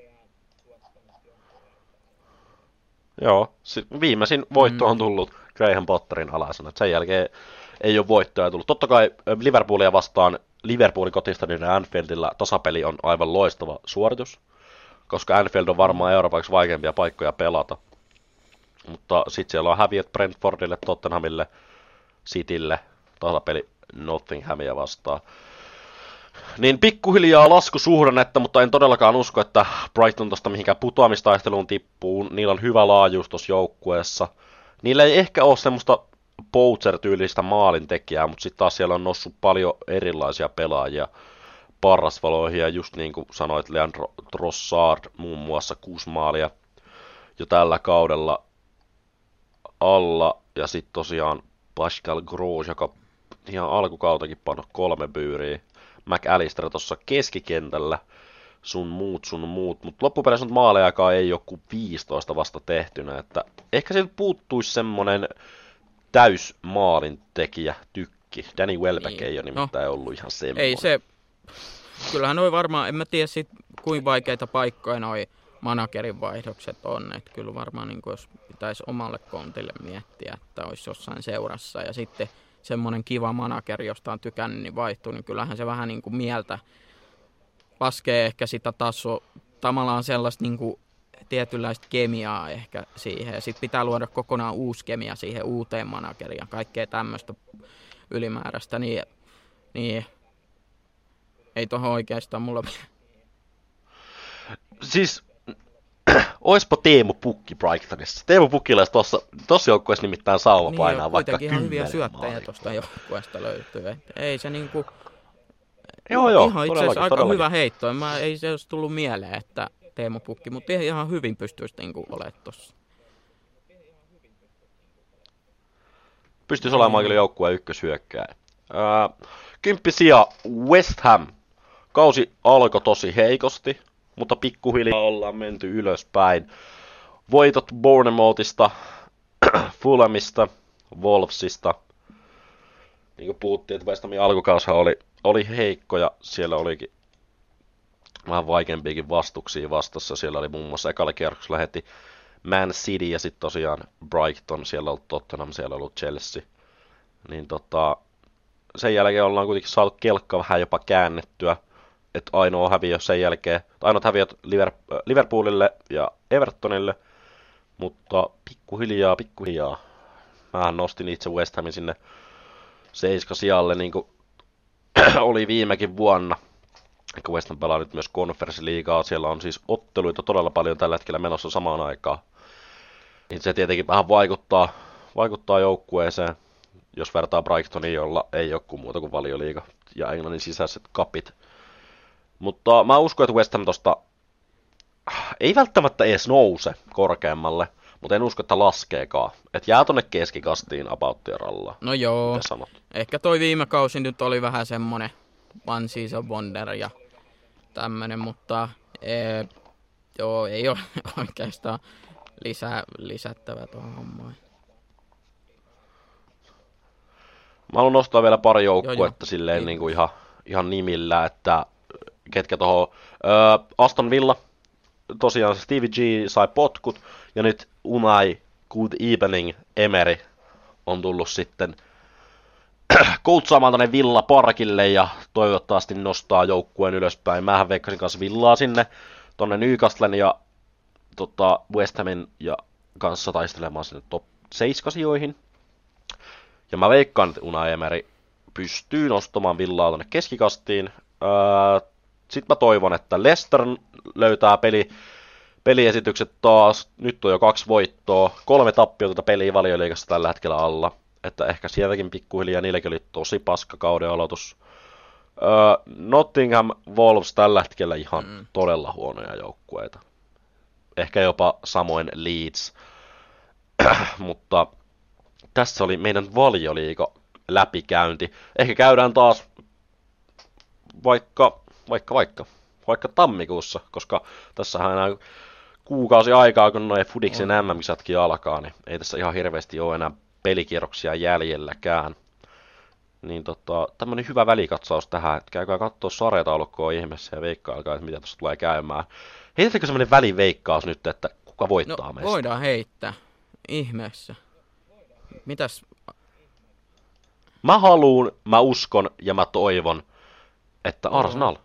Joo, viimeisin voitto on tullut Graham Potterin alaisena. Sen jälkeen ei ole voittoja tullut. Totta kai Liverpoolia vastaan Liverpoolin kotistadionilla Anfieldilla tasapeli on aivan loistava suoritus, koska Anfield on varmaan Euroopan yksi vaikeimpia paikkoja pelata. Mutta sitten siellä on häviöt Brentfordille, Tottenhamille, Citylle, tasapeli Nottinghamia vastaan. Niin pikkuhiljaa laskusuhdannetta, mutta en todellakaan usko, että Brighton tosta mihinkään putoamistaisteluun tippuu. Niillä on hyvä laajuus tuossa joukkueessa. Niillä ei ehkä ole semmoista Poacher-tyylistä maalintekijää, mutta sitten taas siellä on noussut paljon erilaisia pelaajia parrasvaloihin. Ja just niin kuin sanoit, Leandro Trossard muun muassa kuusi maalia jo tällä kaudella alla. Ja sitten tosiaan Pascal Gross, joka ihan alkukautakin pannut kolme byyriä. McAllister tuossa keskikentällä, sun muut, sun muut, mutta loppupeleissä maalejakaan ei ole kuin viisitoista vasta tehtynä, että ehkä sieltä puuttuisi semmonen täysmaalintekijä tykki. Danny Welbeck niin. Ei ole nimittäin no, ollut ihan semmoinen. Ei se, kyllähän noi varmaan, en mä tiedä sit kuinka vaikeita paikkoja noi managerin vaihdokset on, että kyllä varmaan niin jos pitäisi omalle kontille miettiä, että olisi jossain seurassa ja sitten semmoinen kiva manageri, josta on tykännyt, niin vaihtuu, niin kyllähän se vähän niin kuin mieltä laskee ehkä sitä tasoa, tavallaan sellaista niin kuin tietynlaista kemiaa ehkä siihen. Ja sitten pitää luoda kokonaan uusi kemia siihen uuteen manageriin ja kaikkea tämmöistä ylimääräistä, niin, niin ei tohon oikeastaan mulla... Siis... Oispa Teemu Pukki Brightonissa. Teemu Pukkilla olisi tuossa, tuossa joukkueessa nimittäin sauva niin, painaa vaikka kymmenen ihan hyviä syöttäjiä tuosta joukkueesta löytyy. Et ei se niinku... Joo, joo, ihan itse asiassa aika hyvä heitto. Mä ei se olisi tullut mieleen, että Teemu Pukki, mutta ihan hyvin pystyisi niinku olemaan tuossa. Pystyisi olemaan kyllä joukkueen ykköshyökkääjä. Öö, kymppi sija West Ham. Kausi alkoi tosi heikosti, mutta pikkuhiljaa ollaan menty ylöspäin. Voitot Bournemouthista, Fulhamista, Wolvesista. Niin kuin puhuttiin, että West Hamin alkukaushan oli, oli heikko ja siellä olikin vähän vaikeampiakin vastuksia vastassa. Siellä oli muun muassa ekalla kierroksella heti Man City ja sitten tosiaan Brighton, siellä on ollut Tottenham, siellä on ollut Chelsea. Niin tota, sen jälkeen ollaan kuitenkin saatu kelkka vähän jopa käännettyä. Että ainoa häviö sen jälkeen, ainoat häviöt Liverpoolille ja Evertonille, mutta pikkuhiljaa, pikkuhiljaa. Mähän nostin itse West Hamin sinne seiskasijalle, niin kuin oli viimekin vuonna. Eikä West Ham pelaa nyt myös konferenssiliigaa, siellä on siis otteluita todella paljon tällä hetkellä menossa samaan aikaan. Niin se tietenkin vähän vaikuttaa, vaikuttaa joukkueeseen, jos vertaa Brightoniin, jolla ei ole kuin muuta kuin Valioliiga ja Englannin sisäiset kapit. Mutta mä uskon, että West Ham tosta ei välttämättä edes nouse korkeammalle, mutta en usko, että laskeekaan. Että jää tonne keskikastiin abouttia rallaa. No joo, ehkä toi viime kausi nyt oli vähän semmonen one season wonder ja tämmönen, mutta ee, joo, ei ole oikeastaan lisää, lisättävää tuohon hommaan. Mä haluan nostaa vielä pari joukkuetta silleen niin. Niin kuin ihan, ihan nimillä, että ketkä tuohon öö, Aston Villa, tosiaan Stevie G sai potkut, ja nyt Unai Good Evening Emery on tullut sitten koutsaamaan tänne Villa Parkille, ja toivottavasti nostaa joukkueen ylöspäin. Mähän veikkasin kanssa Villaa sinne, tonne Newcastlen ja tota, West Hamin ja kanssa taistelemaan sinne top seitsemän. Ja mä veikkaan, että Unai Emery pystyy nostamaan Villaa tonne keskikastiin. Öö, Sitten mä toivon, että Leicester löytää peli, peliesitykset taas. Nyt on jo kaksi voittoa, kolme tappiota peliä Valioliigassa tällä hetkellä alla. Että ehkä sieltäkin pikkuhiljaa, niilläkin oli tosi paska kauden aloitus. Öö, Nottingham, Wolves tällä hetkellä ihan mm. todella huonoja joukkueita. Ehkä jopa samoin Leeds. Mutta tässä oli meidän Valioliiga läpikäynti. Ehkä käydään taas vaikka... Vaikka vaikka. vaikka tammikuussa, koska tässähän enää kuukausi aikaa, kun noin Fudiksen M M-kisatkin alkaa, niin ei tässä ihan hirveästi ole enää pelikierroksia jäljelläkään. Niin tota, tämmönen hyvä välikatsaus tähän, että käykää kattoo sarjataulukkoa ihmeessä ja veikkailkaa, että mitä tuossa tulee käymään. Heitettekö semmonen väliveikkaus nyt, että kuka voittaa no, meistä? Voidaan heittää. Ihmeessä. Mitäs? Mä haluun, mä uskon ja mä toivon, että Arsenal.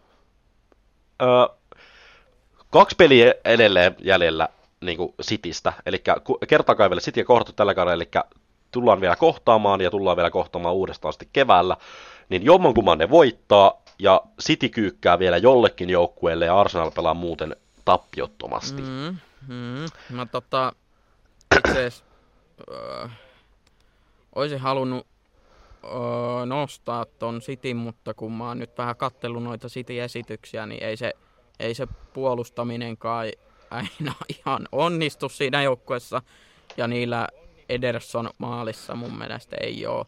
Öö, kaksi peliä edelleen jäljellä niin Citystä, eli kertaakaan ei vielä Cityä kohdattu tällä kaudella, eli tullaan vielä kohtaamaan ja tullaan vielä kohtaamaan uudestaan sitten keväällä, niin jommankumman ne voittaa, ja City kyykkää vielä jollekin joukkueelle, ja Arsenal pelaa muuten tappiottomasti. Mm, mm. Mä tota, itse asiassa äh, olisin halunnut äh, nostaa ton Cityn, mutta kun mä oon nyt vähän kattellut noita City-esityksiä, niin ei se, ei se puolustaminenkaan aina ihan onnistu siinä joukkueessa, ja niillä Ederson maalissa mun mielestä ei ole,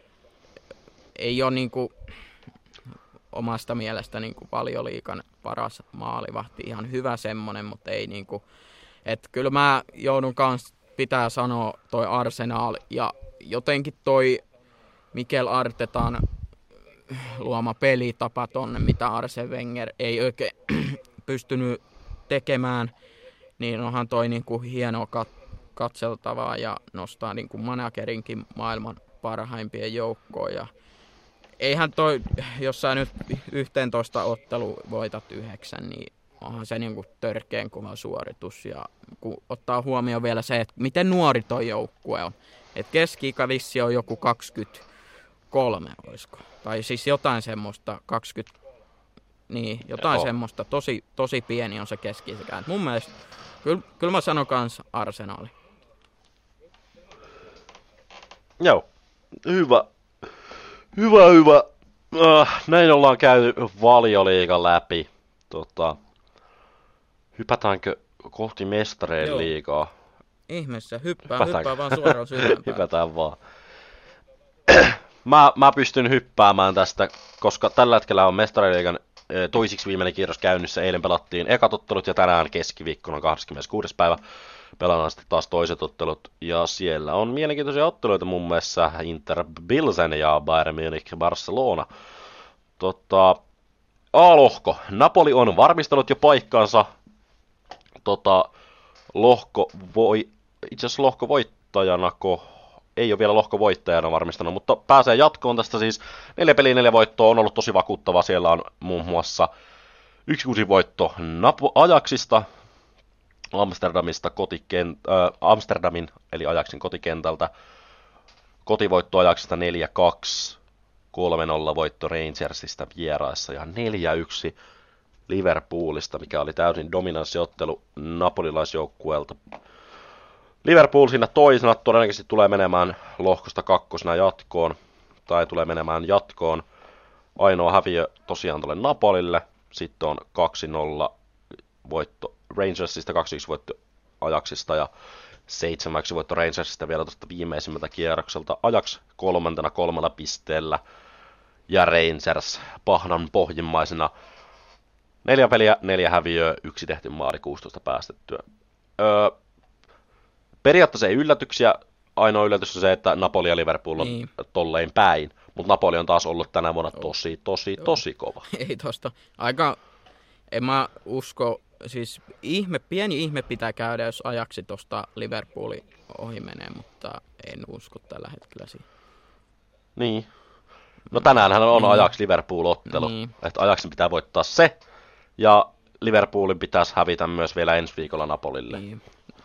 ei ole niinku omasta mielestä niinku Valioliigan paras maalivahti, ihan hyvä semmonen, mutta ei niinku, että kyllä mä joudun kans pitää sanoa toi Arsenal ja jotenkin toi Mikel Artetan luoma pelitapa tonne, mitä Arsene Wenger ei oikein pystynyt tekemään, niin onhan toi niinku hienoa kat- katseltavaa ja nostaa niinku managerinkin maailman parhaimpien joukkoon. Ja eihän toi, jos sä nyt yhteentoista ottelu voitat yhdeksän, niin onhan se niinku törkeän kova suoritus. Ja kun ottaa huomioon vielä se, että miten nuori toi joukkue on. Et keski-ikä vissi on joku kaksikymmentäkolme, olisiko? Tai siis jotain semmoista, kaksikymmentä, niin jotain Joo. semmoista, tosi, tosi pieni on se keski-ikä. Mun mielestä, kyllä, kyllä mä sanon kans Arsenali. Joo, hyvä, hyvä, hyvä. Äh, näin ollaan käyty Valioliigan läpi. Tota, hypätäänkö kohti mestareen liigaa? Ihmeessä, hyppää, hyppää vaan suoraan sydänpään. Hypätään vaan. mä, mä pystyn hyppäämään tästä, koska tällä hetkellä on mestareen liigan toisiksi viimeinen kierros käynnissä. Eilen pelattiin ekat ottelut ja tänään keskiviikkona kahdeskymmeneskuudes päivä. Pelataan sitten taas toiset ottelut, ja siellä on mielenkiintoisia otteluita muun muassa Inter Bilsen ja Bayern Munich Barcelona. Tota, A-lohko. Napoli on varmistanut jo paikkansa. Tota, lohko voi, itse asiassa lohkovoittajanako, ei ole vielä lohkovoittajana varmistanut, mutta pääsee jatkoon tästä siis. Neljä peliä, neljä voittoa on ollut tosi vakuuttava. Siellä on muun muassa yksi kuusi voitto Napo Ajaxista, Amsterdamista kotikent, äh, Amsterdamin eli Ajaxin kotikentältä. Kotivoitto Ajaxista neljä kaksi, kolme nolla voitto Rangersista vieraissa ja neljä yksi Liverpoolista, mikä oli täysin dominanssiottelu napolilaisjoukkueelta. Liverpool siinä toisena todennäköisesti tulee menemään lohkosta kakkosena jatkoon, tai tulee menemään jatkoon. Ainoa häviö tosiaan tuolle Napolille, sitten on kaksi nolla voitto Rangersista, kaksi yksi voitto Ajaxista ja seitsemän yksi voitto Rangersista vielä tuosta viimeisimmältä kierrokselta. Ajax kolmantena kolmella pisteellä ja Rangers pahnan pohjimmaisena. Neljä peliä, neljä häviöä, yksi tehty maali, kuusitoista päästettyä. Öö, periaatteessa ei yllätyksiä. Ainoa yllätys on se, että Napoli ja Liverpool on niin tolleen päin. Mutta Napoli on taas ollut tänä vuonna tosi, tosi, Joo. tosi kova. Ei tosta. Aika, en mä usko, siis ihme, pieni ihme pitää käydä, jos Ajaxi tosta Liverpoolin ohi menee, mutta en usko tällä hetkellä siihen. Niin. No tänäänhän on niin Ajax-Liverpool-ottelu. Niin. Että Ajaxin pitää voittaa se, ja Liverpoolin pitäisi hävitä myös vielä ensi viikolla Napolille. Niin.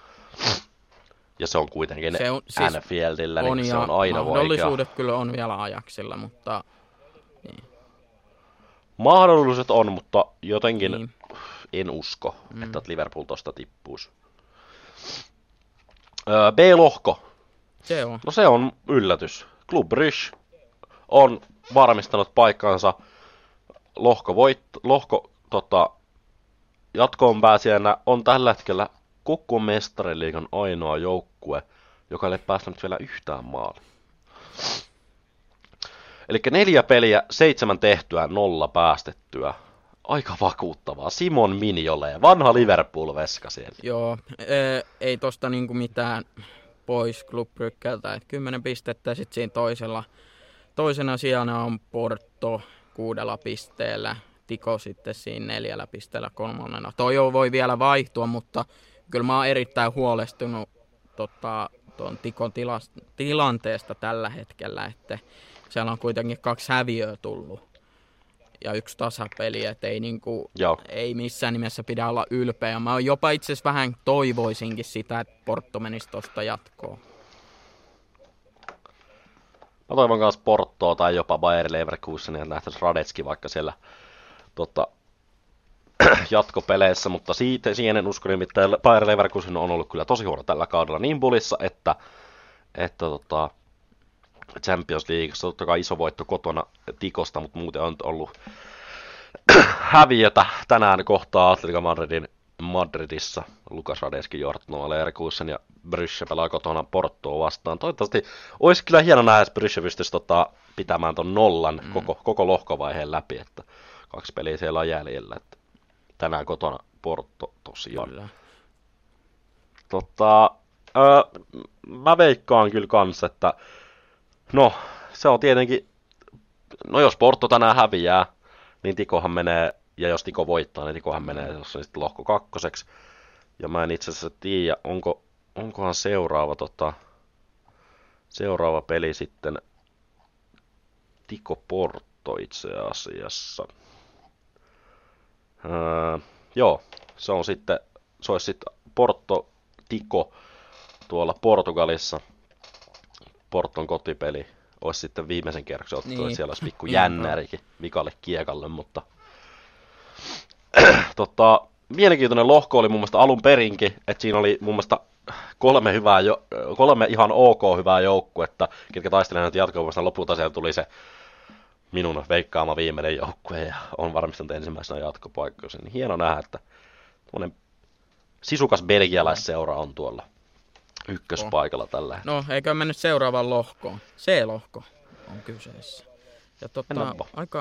Ja se on kuitenkin se on, siis Anfieldillä, niin se on aina mahdollisuudet vaikea. kyllä on vielä Ajaxilla, mutta niin. Mahdollisuudet on, mutta jotenkin niin en usko, mm. että Liverpool tosta tippuisi. Öö, B-lohko. Se on. No se on yllätys. Club Brugge on varmistanut paikkansa lohko, voit, lohko tota, jatkoon pääsijänä on tällä hetkellä koko mestariliigan ainoa joukkue, joka ei ole päästänyt vielä yhtään maalia. Eli neljä peliä, seitsemän tehtyä, nolla päästettyä. aika vakuuttavaa. Simon Mignolet, vanha Liverpool-veska siellä. Joo, ee, ei tosta niinku mitään pois Club Bryggeltä, että kymmenen pistettä sitten siinä toisella. Toisena sijana on Porto kuudella pisteellä, Tiko sitten siinä neljällä pisteellä kolmannena. Toi voi vielä vaihtua, mutta kyllä mä oon erittäin huolestunut tota, tuon Tikon tilast- tilanteesta tällä hetkellä, että siellä on kuitenkin kaksi häviöä tullut ja yksi tasapeli, että ei, niinku, ei missään nimessä pidä olla ylpeä. Mä jopa itse asiassa vähän toivoisinkin sitä, että Porto menisi tuosta jatkoon. Mä toivon kanssa Portoa tai jopa Bayer Leverkusenia, että nähtäisi Radetski vaikka siellä tota, jatkopeleissä, mutta siitä, siihen en usko, nimittäin Bayer Leverkusen on ollut kyllä tosi huono tällä kaudella niin bulissa, että, että tota, Champions Leagueassa totta kai iso voitto kotona Tikosta, mutta muuten on ollut häviötä tänään kohtaa Atletico Madridin Madridissa. Lukas Radetski johdattanut Leverkusen ja Brügge pelaa kotona Portoa vastaan. Toivottavasti olisi kyllä hieno nähdä, että Brügge pystyisi tota, pitämään ton nollan mm. koko, koko lohkovaiheen läpi, että kaksi peliä siellä on jäljellä. Että tänään kotona Porto tosiaan. Kyllä. Tota, öö, mä veikkaan kyllä kans, että no, se on tietenkin, no jos Porto tänään häviää, niin Tikohan menee, ja jos Tiko voittaa, niin Tikohan menee jossain sitten lohko kakkoseksi. Ja mä en itse asiassa tiedä, onko, onkohan seuraava, tota, seuraava peli sitten Tiko Porto itse asiassa. Öö, joo, se on sitten, se olisi sitten Porto Tiko tuolla Portugalissa. Porton kotipeli olisi sitten viimeisen kierroksen ottelu, niin. Siellä olisi pikku jännärikin vikalle kiekalle, mutta tota, mielenkiintoinen lohko oli mun mielestä alun perinkin, että siinä oli mun mielestä kolme, hyvää jo, kolme ihan ok hyvää joukkuetta, ketkä taistelevat jatkoon, lopulta siellä tuli se minun veikkaama viimeinen joukkue ja on varmistanut ensimmäisenä jatkopaikkoja. Niin hieno nähdä, että tuollainen sisukas belgialaisseura on tuolla ykköspaikalla tällä hetkellä. No, eikö mennyt seuraavaan lohkoon? C-lohko on kyseessä. Ja totta, aika...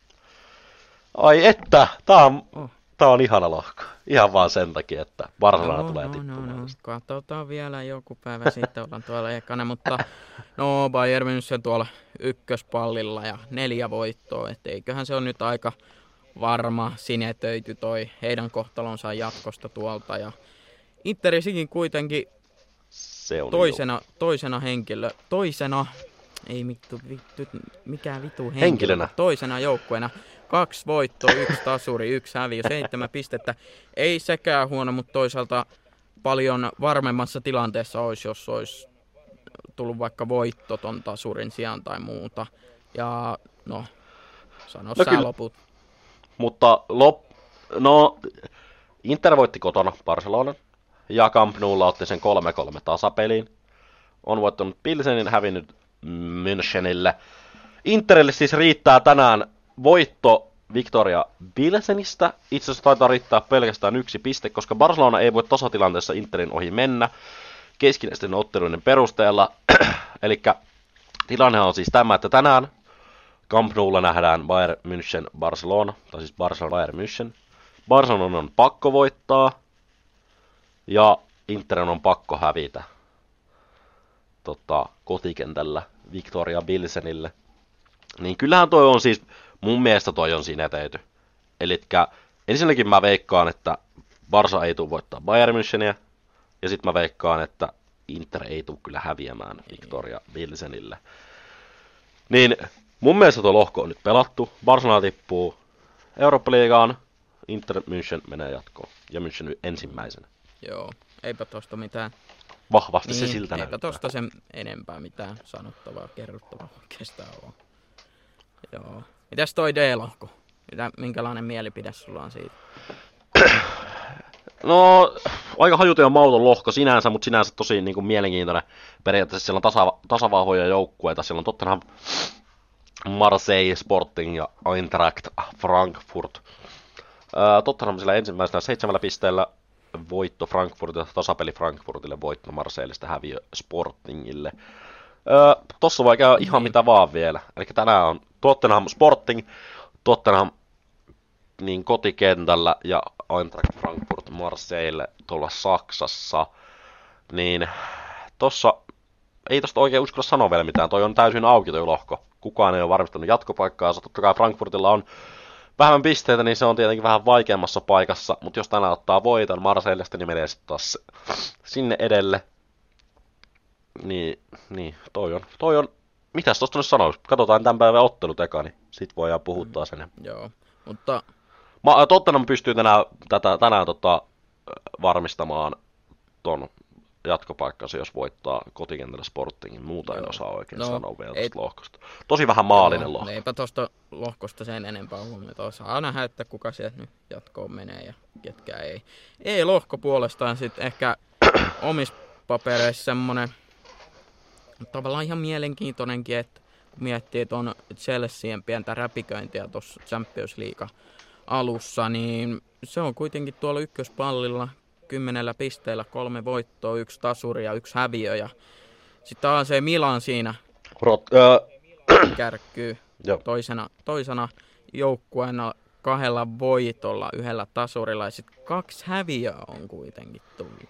Ai että, tää on, oh. tää on ihana lohko. Ihan vaan sen takia, että Barcelona no, tulee no, tippumaan. No, no. Katsotaan vielä joku päivä sitten, ollaan tuolla ekana, mutta no Bayern München tuolla ykköspallilla ja neljä voittoa, et eiköhän se on nyt aika varma sinetöity toi heidän kohtalonsa jatkosta tuolta ja Interisikin kuitenkin se on toisena, toisena henkilö, toisena, ei vittu, vittu mikään vitu henkilö, henkilönä. Toisena joukkueena, kaksi voittoa, yksi tasuri, yksi häviö, seitsemän pistettä, ei sekään huono, mutta toisaalta paljon varmemmassa tilanteessa olisi, jos olisi tullut vaikka voitto ton tasurin sijaan tai muuta, ja no, sano no sä kyllä. Loput. Mutta lop, no, Inter voitti kotona Barcelonan. Ja Camp Noulla otti sen kolme kolme tasapeliin. On voittanut Pilsenin, hävinnyt Münchenille. Interille siis riittää tänään voitto Victoria Pilsenistä. Itse asiassa taitaa riittää pelkästään yksi piste, koska Barcelona ei voi tasatilanteessa Interin ohi mennä keskinäisten otteluiden perusteella. Eli tilanne on siis tämä, että tänään Camp Noulla nähdään Bayern München Barcelona, tai siis Barcelona Bayern München. Barcelona on pakko voittaa. Ja Interin on pakko hävitä tota, kotikentällä Victoria Pilsenille. Niin kyllähän toi on siis, mun mielestä toi on siinä tehty. Elikkä ensinnäkin mä veikkaan, että Barsa ei tule voittaa Bayern Müncheniä. Ja sit mä veikkaan, että Inter ei tule kyllä häviämään Victoria Pilsenille. Niin mun mielestä tuo lohko on nyt pelattu. Barcelona tippuu Eurooppa-liigaan. Inter München menee jatkoon. Ja München ensimmäisenä. Joo, eipä tosta mitään. Vahvasti niin, se siltä eipä näyttää. Eipä tosta sen enempää mitään sanottavaa, kerrottavaa oikeastaan ole. Joo. Mitäs toi D-lohko? Mitä, minkälainen mielipide sulla on siitä? No, aika hajuton ja mauton lohko sinänsä, mutta sinänsä tosi niin kuin mielenkiintoinen. Periaatteessa siellä on tasa, tasavahvoja joukkueita. Siellä on Tottenham, Marseille, Sporting ja Eintracht Frankfurt. Ää, Tottenham sillä ensimmäisenä seitsemällä pisteellä. Voitto Frankfurtille, tasapeli Frankfurtille, voitto Marseillesta, häviö Sportingille. Öö, tossa voi käydä ihan mitä vaan vielä. Eli tänään on Tottenham Sporting. Tottenham niin kotikentällä ja Eintracht Frankfurt Marseille tuolla Saksassa, niin tossa ei tosta oikein uskalla sanoa vielä mitään. Toi on täysin auki toi lohko. Kukaan ei ole varmistanut jatkopaikkaa. Totta kai Frankfurtilla on vähemmän pisteitä, niin se on tietenkin vähän vaikeammassa paikassa. Mutta jos tänään ottaa voiton Marseillesta, niin menee sitten taas sinne edelle. Niin, niin toi on, toi on. Mitäs tosta nyt sanois? Katsotaan tämän päivän ottelut eka, niin sit voidaan puhuttaa sen. Mm, joo, mutta... Ma, Tottenham pystyy tänään, tätä, tänään tota, varmistamaan ton jatkopaikkansa, jos voittaa kotikentällä Sportingin. Muuta en osaa oikein no, sanoa vielä ei... lohkosta. Tosi vähän maallinen no, lohko. Eipä tosta lohkosta sen enempää huomiota. Saa nähdä, että kuka sieltä nyt jatkoon menee ja ketkä ei. Ei lohko puolestaan sitten ehkä omissa papereissa semmonen tavallaan ihan mielenkiintoinenkin, että kun miettii tuon Chelsean pientä räpiköintiä tuossa Champions League alussa, niin se on kuitenkin tuolla ykköspallilla kymmenellä pisteellä, kolme voittoa, yksi tasuri ja yksi häviö. Ja sitten A C Milan siinä Rot, äh. kärkkyy toisena, toisena joukkueena kahdella voitolla, yhdellä tasurilla ja sitten kaksi häviöä on kuitenkin tullut.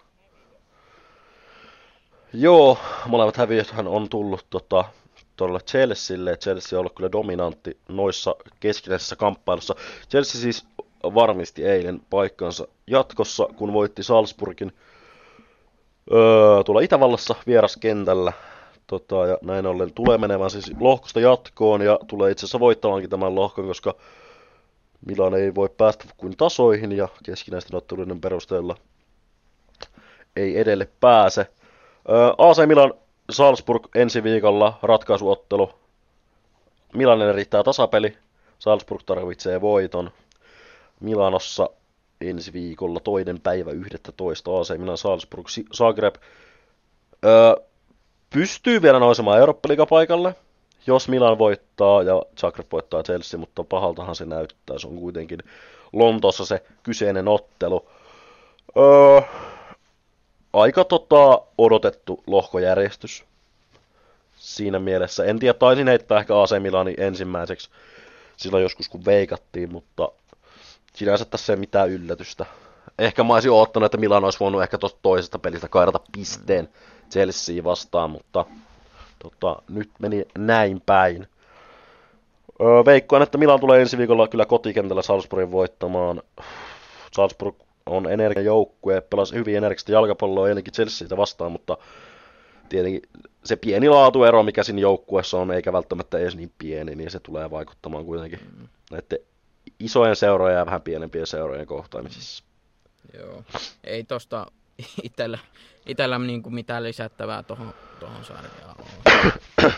Joo, molemmat häviöthän on tullut tota, tuolle Chelsealle. Chelsea on ollut kyllä dominantti noissa keskinäisissä kamppailussa. Chelsea siis varmisti eilen paikkansa jatkossa, kun voitti Salzburgin öö, tuolla Itävallassa vieraskentällä. Tota, ja näin ollen tulee menemään siis lohkosta jatkoon ja tulee itse asiassa voittamaankin tämän lohkon, koska Milan ei voi päästä kuin tasoihin ja keskinäisten otteluiden perusteella ei edelle pääse. A C Milan Salzburg ensi viikolla ratkaisuottelu. Milanille riittää tasapeli. Salzburg tarvitsee voiton. Milanossa ensi viikolla toinen päivä yhdestoista A C Milan Salzburg Zagreb. Öö, pystyy vielä nousemaan Eurooppa-liigapaikalle, jos Milan voittaa ja Zagreb voittaa Chelsea, mutta pahaltahan se näyttää. Se on kuitenkin Lontoossa se kyseinen ottelu. Öö, Aika tota, odotettu lohkojärjestys siinä mielessä. En tiedä, taisin heittää ehkä A C Milanin ensimmäiseksi silloin joskus kun veikattiin, mutta sinänsä tässä ei mitään yllätystä. Ehkä mä olisin odottanut, että Milan olisi voinut ehkä tuosta toisesta pelistä kairata pisteen Chelsea vastaan, mutta tota, nyt meni näin päin. Öö, veikkoan, että Milan tulee ensi viikolla kyllä kotikentällä Salzburgin voittamaan. Salzburg on energiajoukkue, pelasi hyvin energistä jalkapalloa eilenkin Chelseaitä vastaan, mutta tietenkin se pieni laatuero, mikä siinä joukkueessa on, eikä välttämättä edes niin pieni, niin se tulee vaikuttamaan kuitenkin mm. näiden isojen seurojen ja vähän pienempien seurojen kohtaamisissa. Joo, ei tosta itellä, itellä niinku mitään lisättävää tohon, tohon sarjaan ole.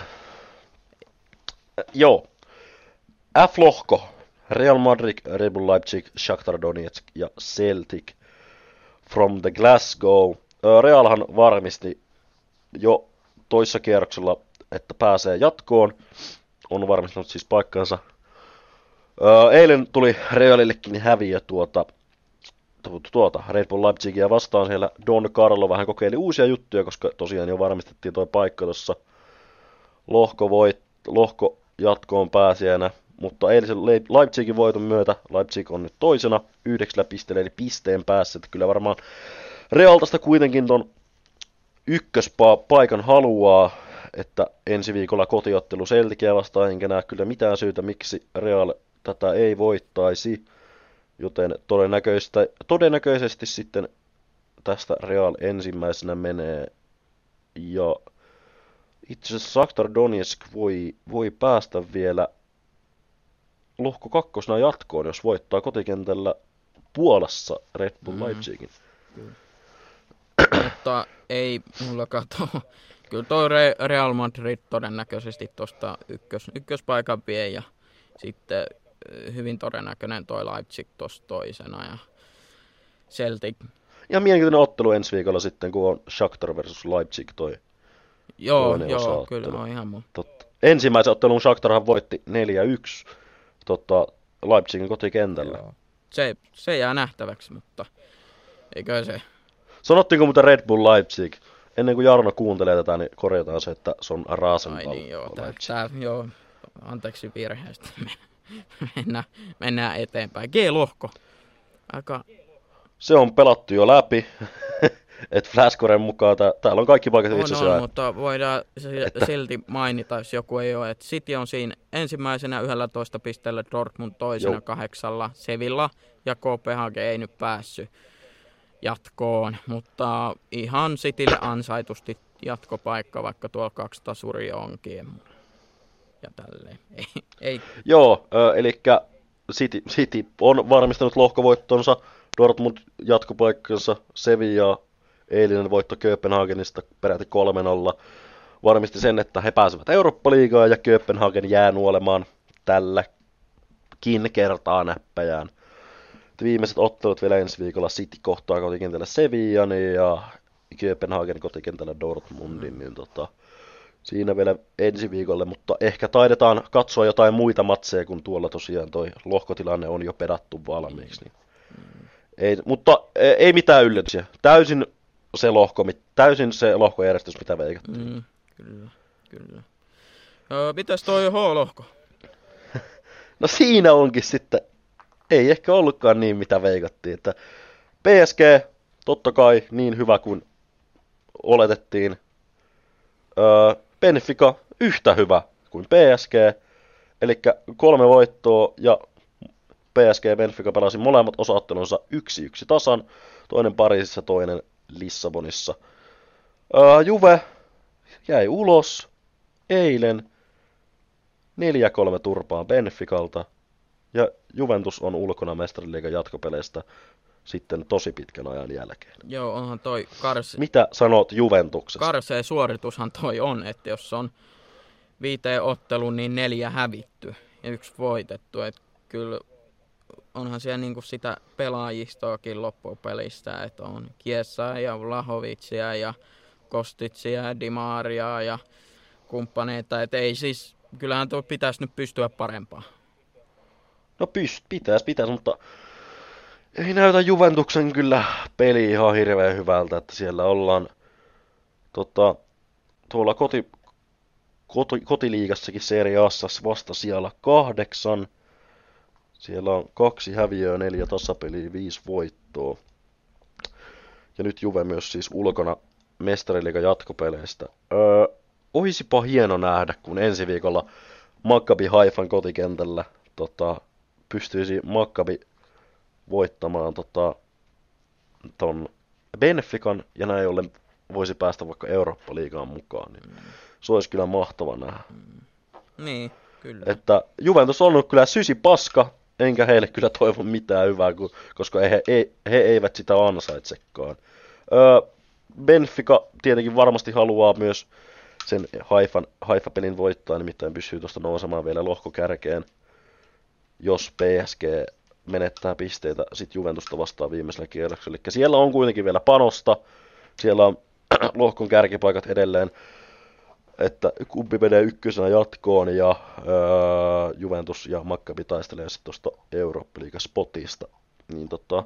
Joo, F-lohko. Real Madrid, Red Bull Leipzig, Shakhtar Donetsk ja Celtic from the Glasgow. Realhan varmisti jo toissa kierroksella, että pääsee jatkoon. On varmistanut siis paikkansa. Eilen tuli Realillekin häviö tuota, tuota Red Bull Leipzigia vastaan. Siellä Don Carlo vähän kokeili uusia juttuja, koska tosiaan jo varmistettiin tuo paikka tuossa lohko, voit, lohko jatkoon pääsijänä. Mutta eilisen Leipzigin voiton myötä Leipzig on nyt toisena yhdeksällä pisteellä, eli pisteen päässä. Että kyllä varmaan Realtasta kuitenkin ton ykköspaikan haluaa, että ensi viikolla kotiottelu Celticia vastaan, enkä näe kyllä mitään syytä, miksi Real tätä ei voittaisi. Joten todennäköisesti, todennäköisesti sitten tästä Real ensimmäisenä menee. Ja itse asiassa Shakhtar Donetsk voi, voi päästä vielä lohko kakkosena jatkoon, jos voittaa kotikentällä Puolassa Red Bull Leipzigin. Mm. Mutta ei mulla kato. Kyllä toi Real Madrid todennäköisesti tuosta ykkös, ykköspaikan vie ja sitten hyvin todennäköinen toi Leipzig tuossa toisena ja Celtic. Ja mielenkiintoinen ottelu ensi viikolla sitten, kun on Shakhtar versus Leipzig toi. Joo, joo, kyllä on ihan mun. Totta. Ensimmäisen ottelun Shakhtarhan voitti neljä yksi. Tota, Leipzigin kotikentällä. Joo. Se, se jää nähtäväksi, mutta eikö se? Sanottiinko muuten Red Bull Leipzig? Ennen kuin Jarno kuuntelee tätä, niin korjataan se, että se on Rasenball. Ai niin, joo, tää, tää, joo, anteeksi virheestä. mennään, mennään eteenpäin. G-lohko. Aika... Se on pelattu jo läpi. että Flashcoren mukaan tää, täällä on kaikki paikat itse asiassa. On, on, mutta voidaan että... silti mainita, jos joku ei ole. Että City on siinä ensimmäisenä yksitoista pisteellä, Dortmund toisena Jou. kahdeksalla, Sevilla ja Copenhagen ei nyt päässyt jatkoon. Mutta ihan Citylle ansaitusti jatkopaikka, vaikka tuolla kaksi tasuria onkin. Ja tälleen. Ei, ei. Joo, äh, eli City, City on varmistanut lohkovoittonsa, Dortmund jatkopaikkansa, Sevilla eilinen voitto Kööpenhagenista peräti kolme nolla varmisti sen, että he pääsevät Eurooppa-liigaan ja Kööpenhagen jää nuolemaan tälläkin kertaa näppäjään. Viimeiset ottelut vielä ensi viikolla City kohtaa kotikentällä Sevillan ja Kööpenhagen kotikentällä Dortmundin, niin tota, siinä vielä ensi viikolle, mutta ehkä taidetaan katsoa jotain muita matseja, kun tuolla tosiaan toi lohkotilanne on jo pedattu valmiiksi. Niin. Ei, mutta ei mitään yllätyksiä. Täysin se lohko, täysin se lohkojärjestys, mitä veikattiin. Mm, kyllä, kyllä. Öö, mitäs toi H-lohko? No siinä onkin sitten, ei ehkä ollutkaan niin, mitä veikattiin. Että P S G, totta kai niin hyvä kuin oletettiin. Öö, Benfica, yhtä hyvä kuin P S G. Eli kolme voittoa ja P S G ja Benfica pelasi molemmat osaottelunsa yksi yksi tasan. Toinen Pariisissa, toinen Lissabonissa. Öö, Juve jäi ulos eilen neljä kolme turpaan Benficalta. Ja Juventus on ulkona Mestariliigan jatkopeleistä sitten tosi pitkän ajan jälkeen. Joo, onhan toi karse... Mitä sanot Juventuksesta? Karsee suoritushan toi on, että jos on viiteen otteluun, niin neljä hävitty ja yksi voitettu. Että kyllä onhan siellä niinku sitä pelaajistoakin loppupelistä, että on Chiesa ja Vlahovicia ja Kostitsia ja Di Mariaa ja kumppaneita. Että ei siis, kyllähän tuo pitäisi nyt pystyä parempaan. No pyst, pitäisi, pitäisi, mutta ei näytä Juventuksen kyllä peli ihan hirveän hyvältä, että siellä ollaan tota, tuolla koti, koti, kotiliigassakin Serie A:ssa vasta siellä kahdeksan. Siellä on kaksi häviöä, neljä tasapeliä, viisi voittoa. Ja nyt Juve myös siis ulkona Mestariliigan jatkopeleistä. Öö, olisipa hieno nähdä, kun ensi viikolla Maccabi Haifan kotikentällä tota, pystyisi Maccabi voittamaan tota, ton Benfican ja näin ollen voisi päästä vaikka Eurooppa-liigaan mukaan. Niin mm. Se olisi kyllä mahtava nähdä. Mm. Niin, kyllä. Että Juventus on ollut kyllä sysi paska, enkä heille kyllä toivo mitään hyvää, koska he, he, he eivät sitä ansaitsekaan. Öö, Benfica tietenkin varmasti haluaa myös sen Haifan, Haifa-pelin voittaa, nimittäin pystyy tuosta nousemaan vielä lohkokärkeen, jos P S G menettää pisteitä sit Juventusta vastaan viimeisellä kierroksella. Eli siellä on kuitenkin vielä panosta, siellä on lohkon kärkipaikat edelleen, että kumpi menee ykkösenä jatkoon ja öö, Juventus ja Maccabi taistelee sitten tuosta Eurooppa-liigaspotista. Niin tota,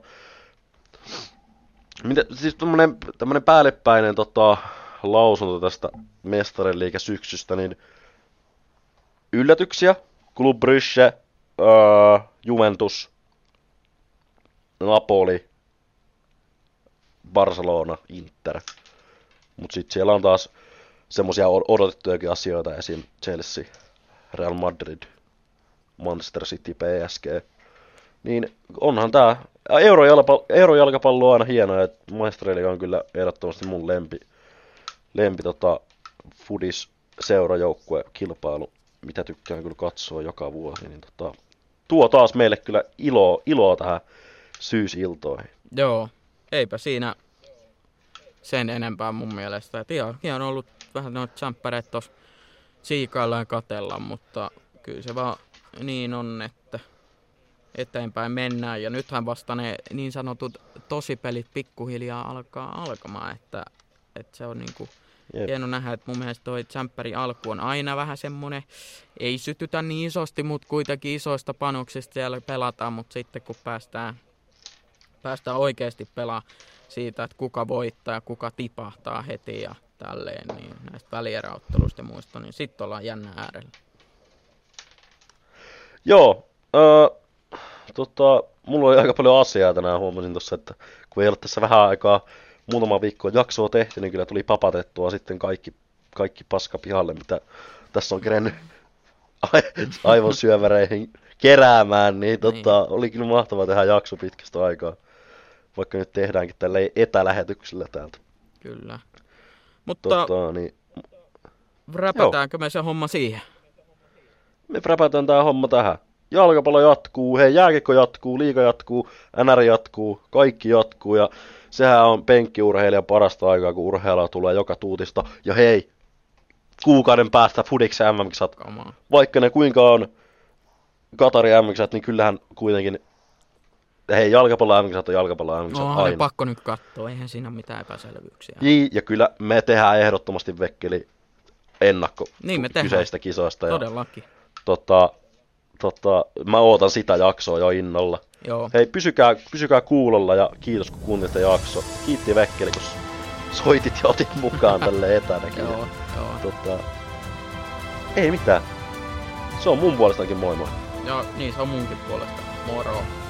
mitä, siis tämmönen, tämmönen päällepäinen tota, lausunto tästä Mestariliigasyksystä, niin yllätyksiä, Club Brugge, öö, Juventus, Napoli, Barcelona, Inter. Mut sit siellä on taas semmosia odotettujakin asioita, esim. Chelsea, Real Madrid, Manchester City, P S G. Niin onhan tää, eurojalkapallo, eurojalkapallo on aina hienoa, että Mestariliiga on kyllä ehdottomasti mun lempi, lempi tota, fudis seurajoukkue kilpailu, mitä tykkään kyllä katsoa joka vuosi. Niin tota, tuo taas meille kyllä iloa, iloa tähän syysiltoihin. Joo, eipä siinä sen enempää mun mielestä. Et ihan, ihan ollut vähän noita tsemppäreitä tuossa siikailla ja katella, mutta kyllä se vaan niin on, että eteenpäin mennään. Ja nythän vasta ne niin sanotut tosipelit pikkuhiljaa alkaa alkamaan, että, että se on niinku Jep. hieno nähdä, että mun mielestä toi tsemppäri alku on aina vähän semmonen, ei sytytä niin isosti, mutta kuitenkin isoista panoksista siellä pelataan, mutta sitten kun päästään, päästään oikeasti pelaamaan siitä, että kuka voittaa ja kuka tipahtaa heti ja tälleen, niin näistä välieräotteluista ja muista, niin sitten ollaan jännä äärellä. Joo, Öö, tota, mulla oli aika paljon asiaa tänään, huomasin tossa, että kun ei ole tässä vähän aikaa muutama viikko jaksoa tehty, niin kyllä tuli papatettua sitten kaikki, kaikki paska pihalle, mitä tässä on kerennyt aivon syöväreihin keräämään, niin tota, oli kyllä mahtavaa tehdä jakso pitkästä aikaa, vaikka nyt tehdäänkin tälleen etälähetyksellä täältä. Kyllä. Mutta Tota, niin, räpätäänkö me se homma siihen? me räpätään tää homma tähän. Jalkapallo jatkuu, hei jääkiekko jatkuu, liiga jatkuu, N R jatkuu, kaikki jatkuu ja sehän on penkkiurheilijan parasta aikaa, kun urheilua tulee joka tuutista. Ja hei, kuukauden päästä Fudiksen M M-kisat, vaikka ne kuinka on Katarin M M-kisat, niin kyllähän kuitenkin, hei jalkapallo M M-kisat on jalkapallo M M-kisat no, aina. pakko nyt katsoa, eihän siinä ole mitään epäselvyyksiä. Jii, ja kyllä me tehdään ehdottomasti vekkeli ennakko niin me kyseistä kisoista. Todellakin. Ja, tota, tota, mä ootan sitä jaksoa jo innolla. Joo. Hei, pysykää, pysykää kuulolla ja kiitos kun kuuntelitte jakso. Kiitti Vekkeli, kun soitit ja otit mukaan tälle etänäkin. Joo, joo. Tota, ei mitään. Se on mun puolestakin moi moi. Joo, niin se on munkin puolesta. Moro.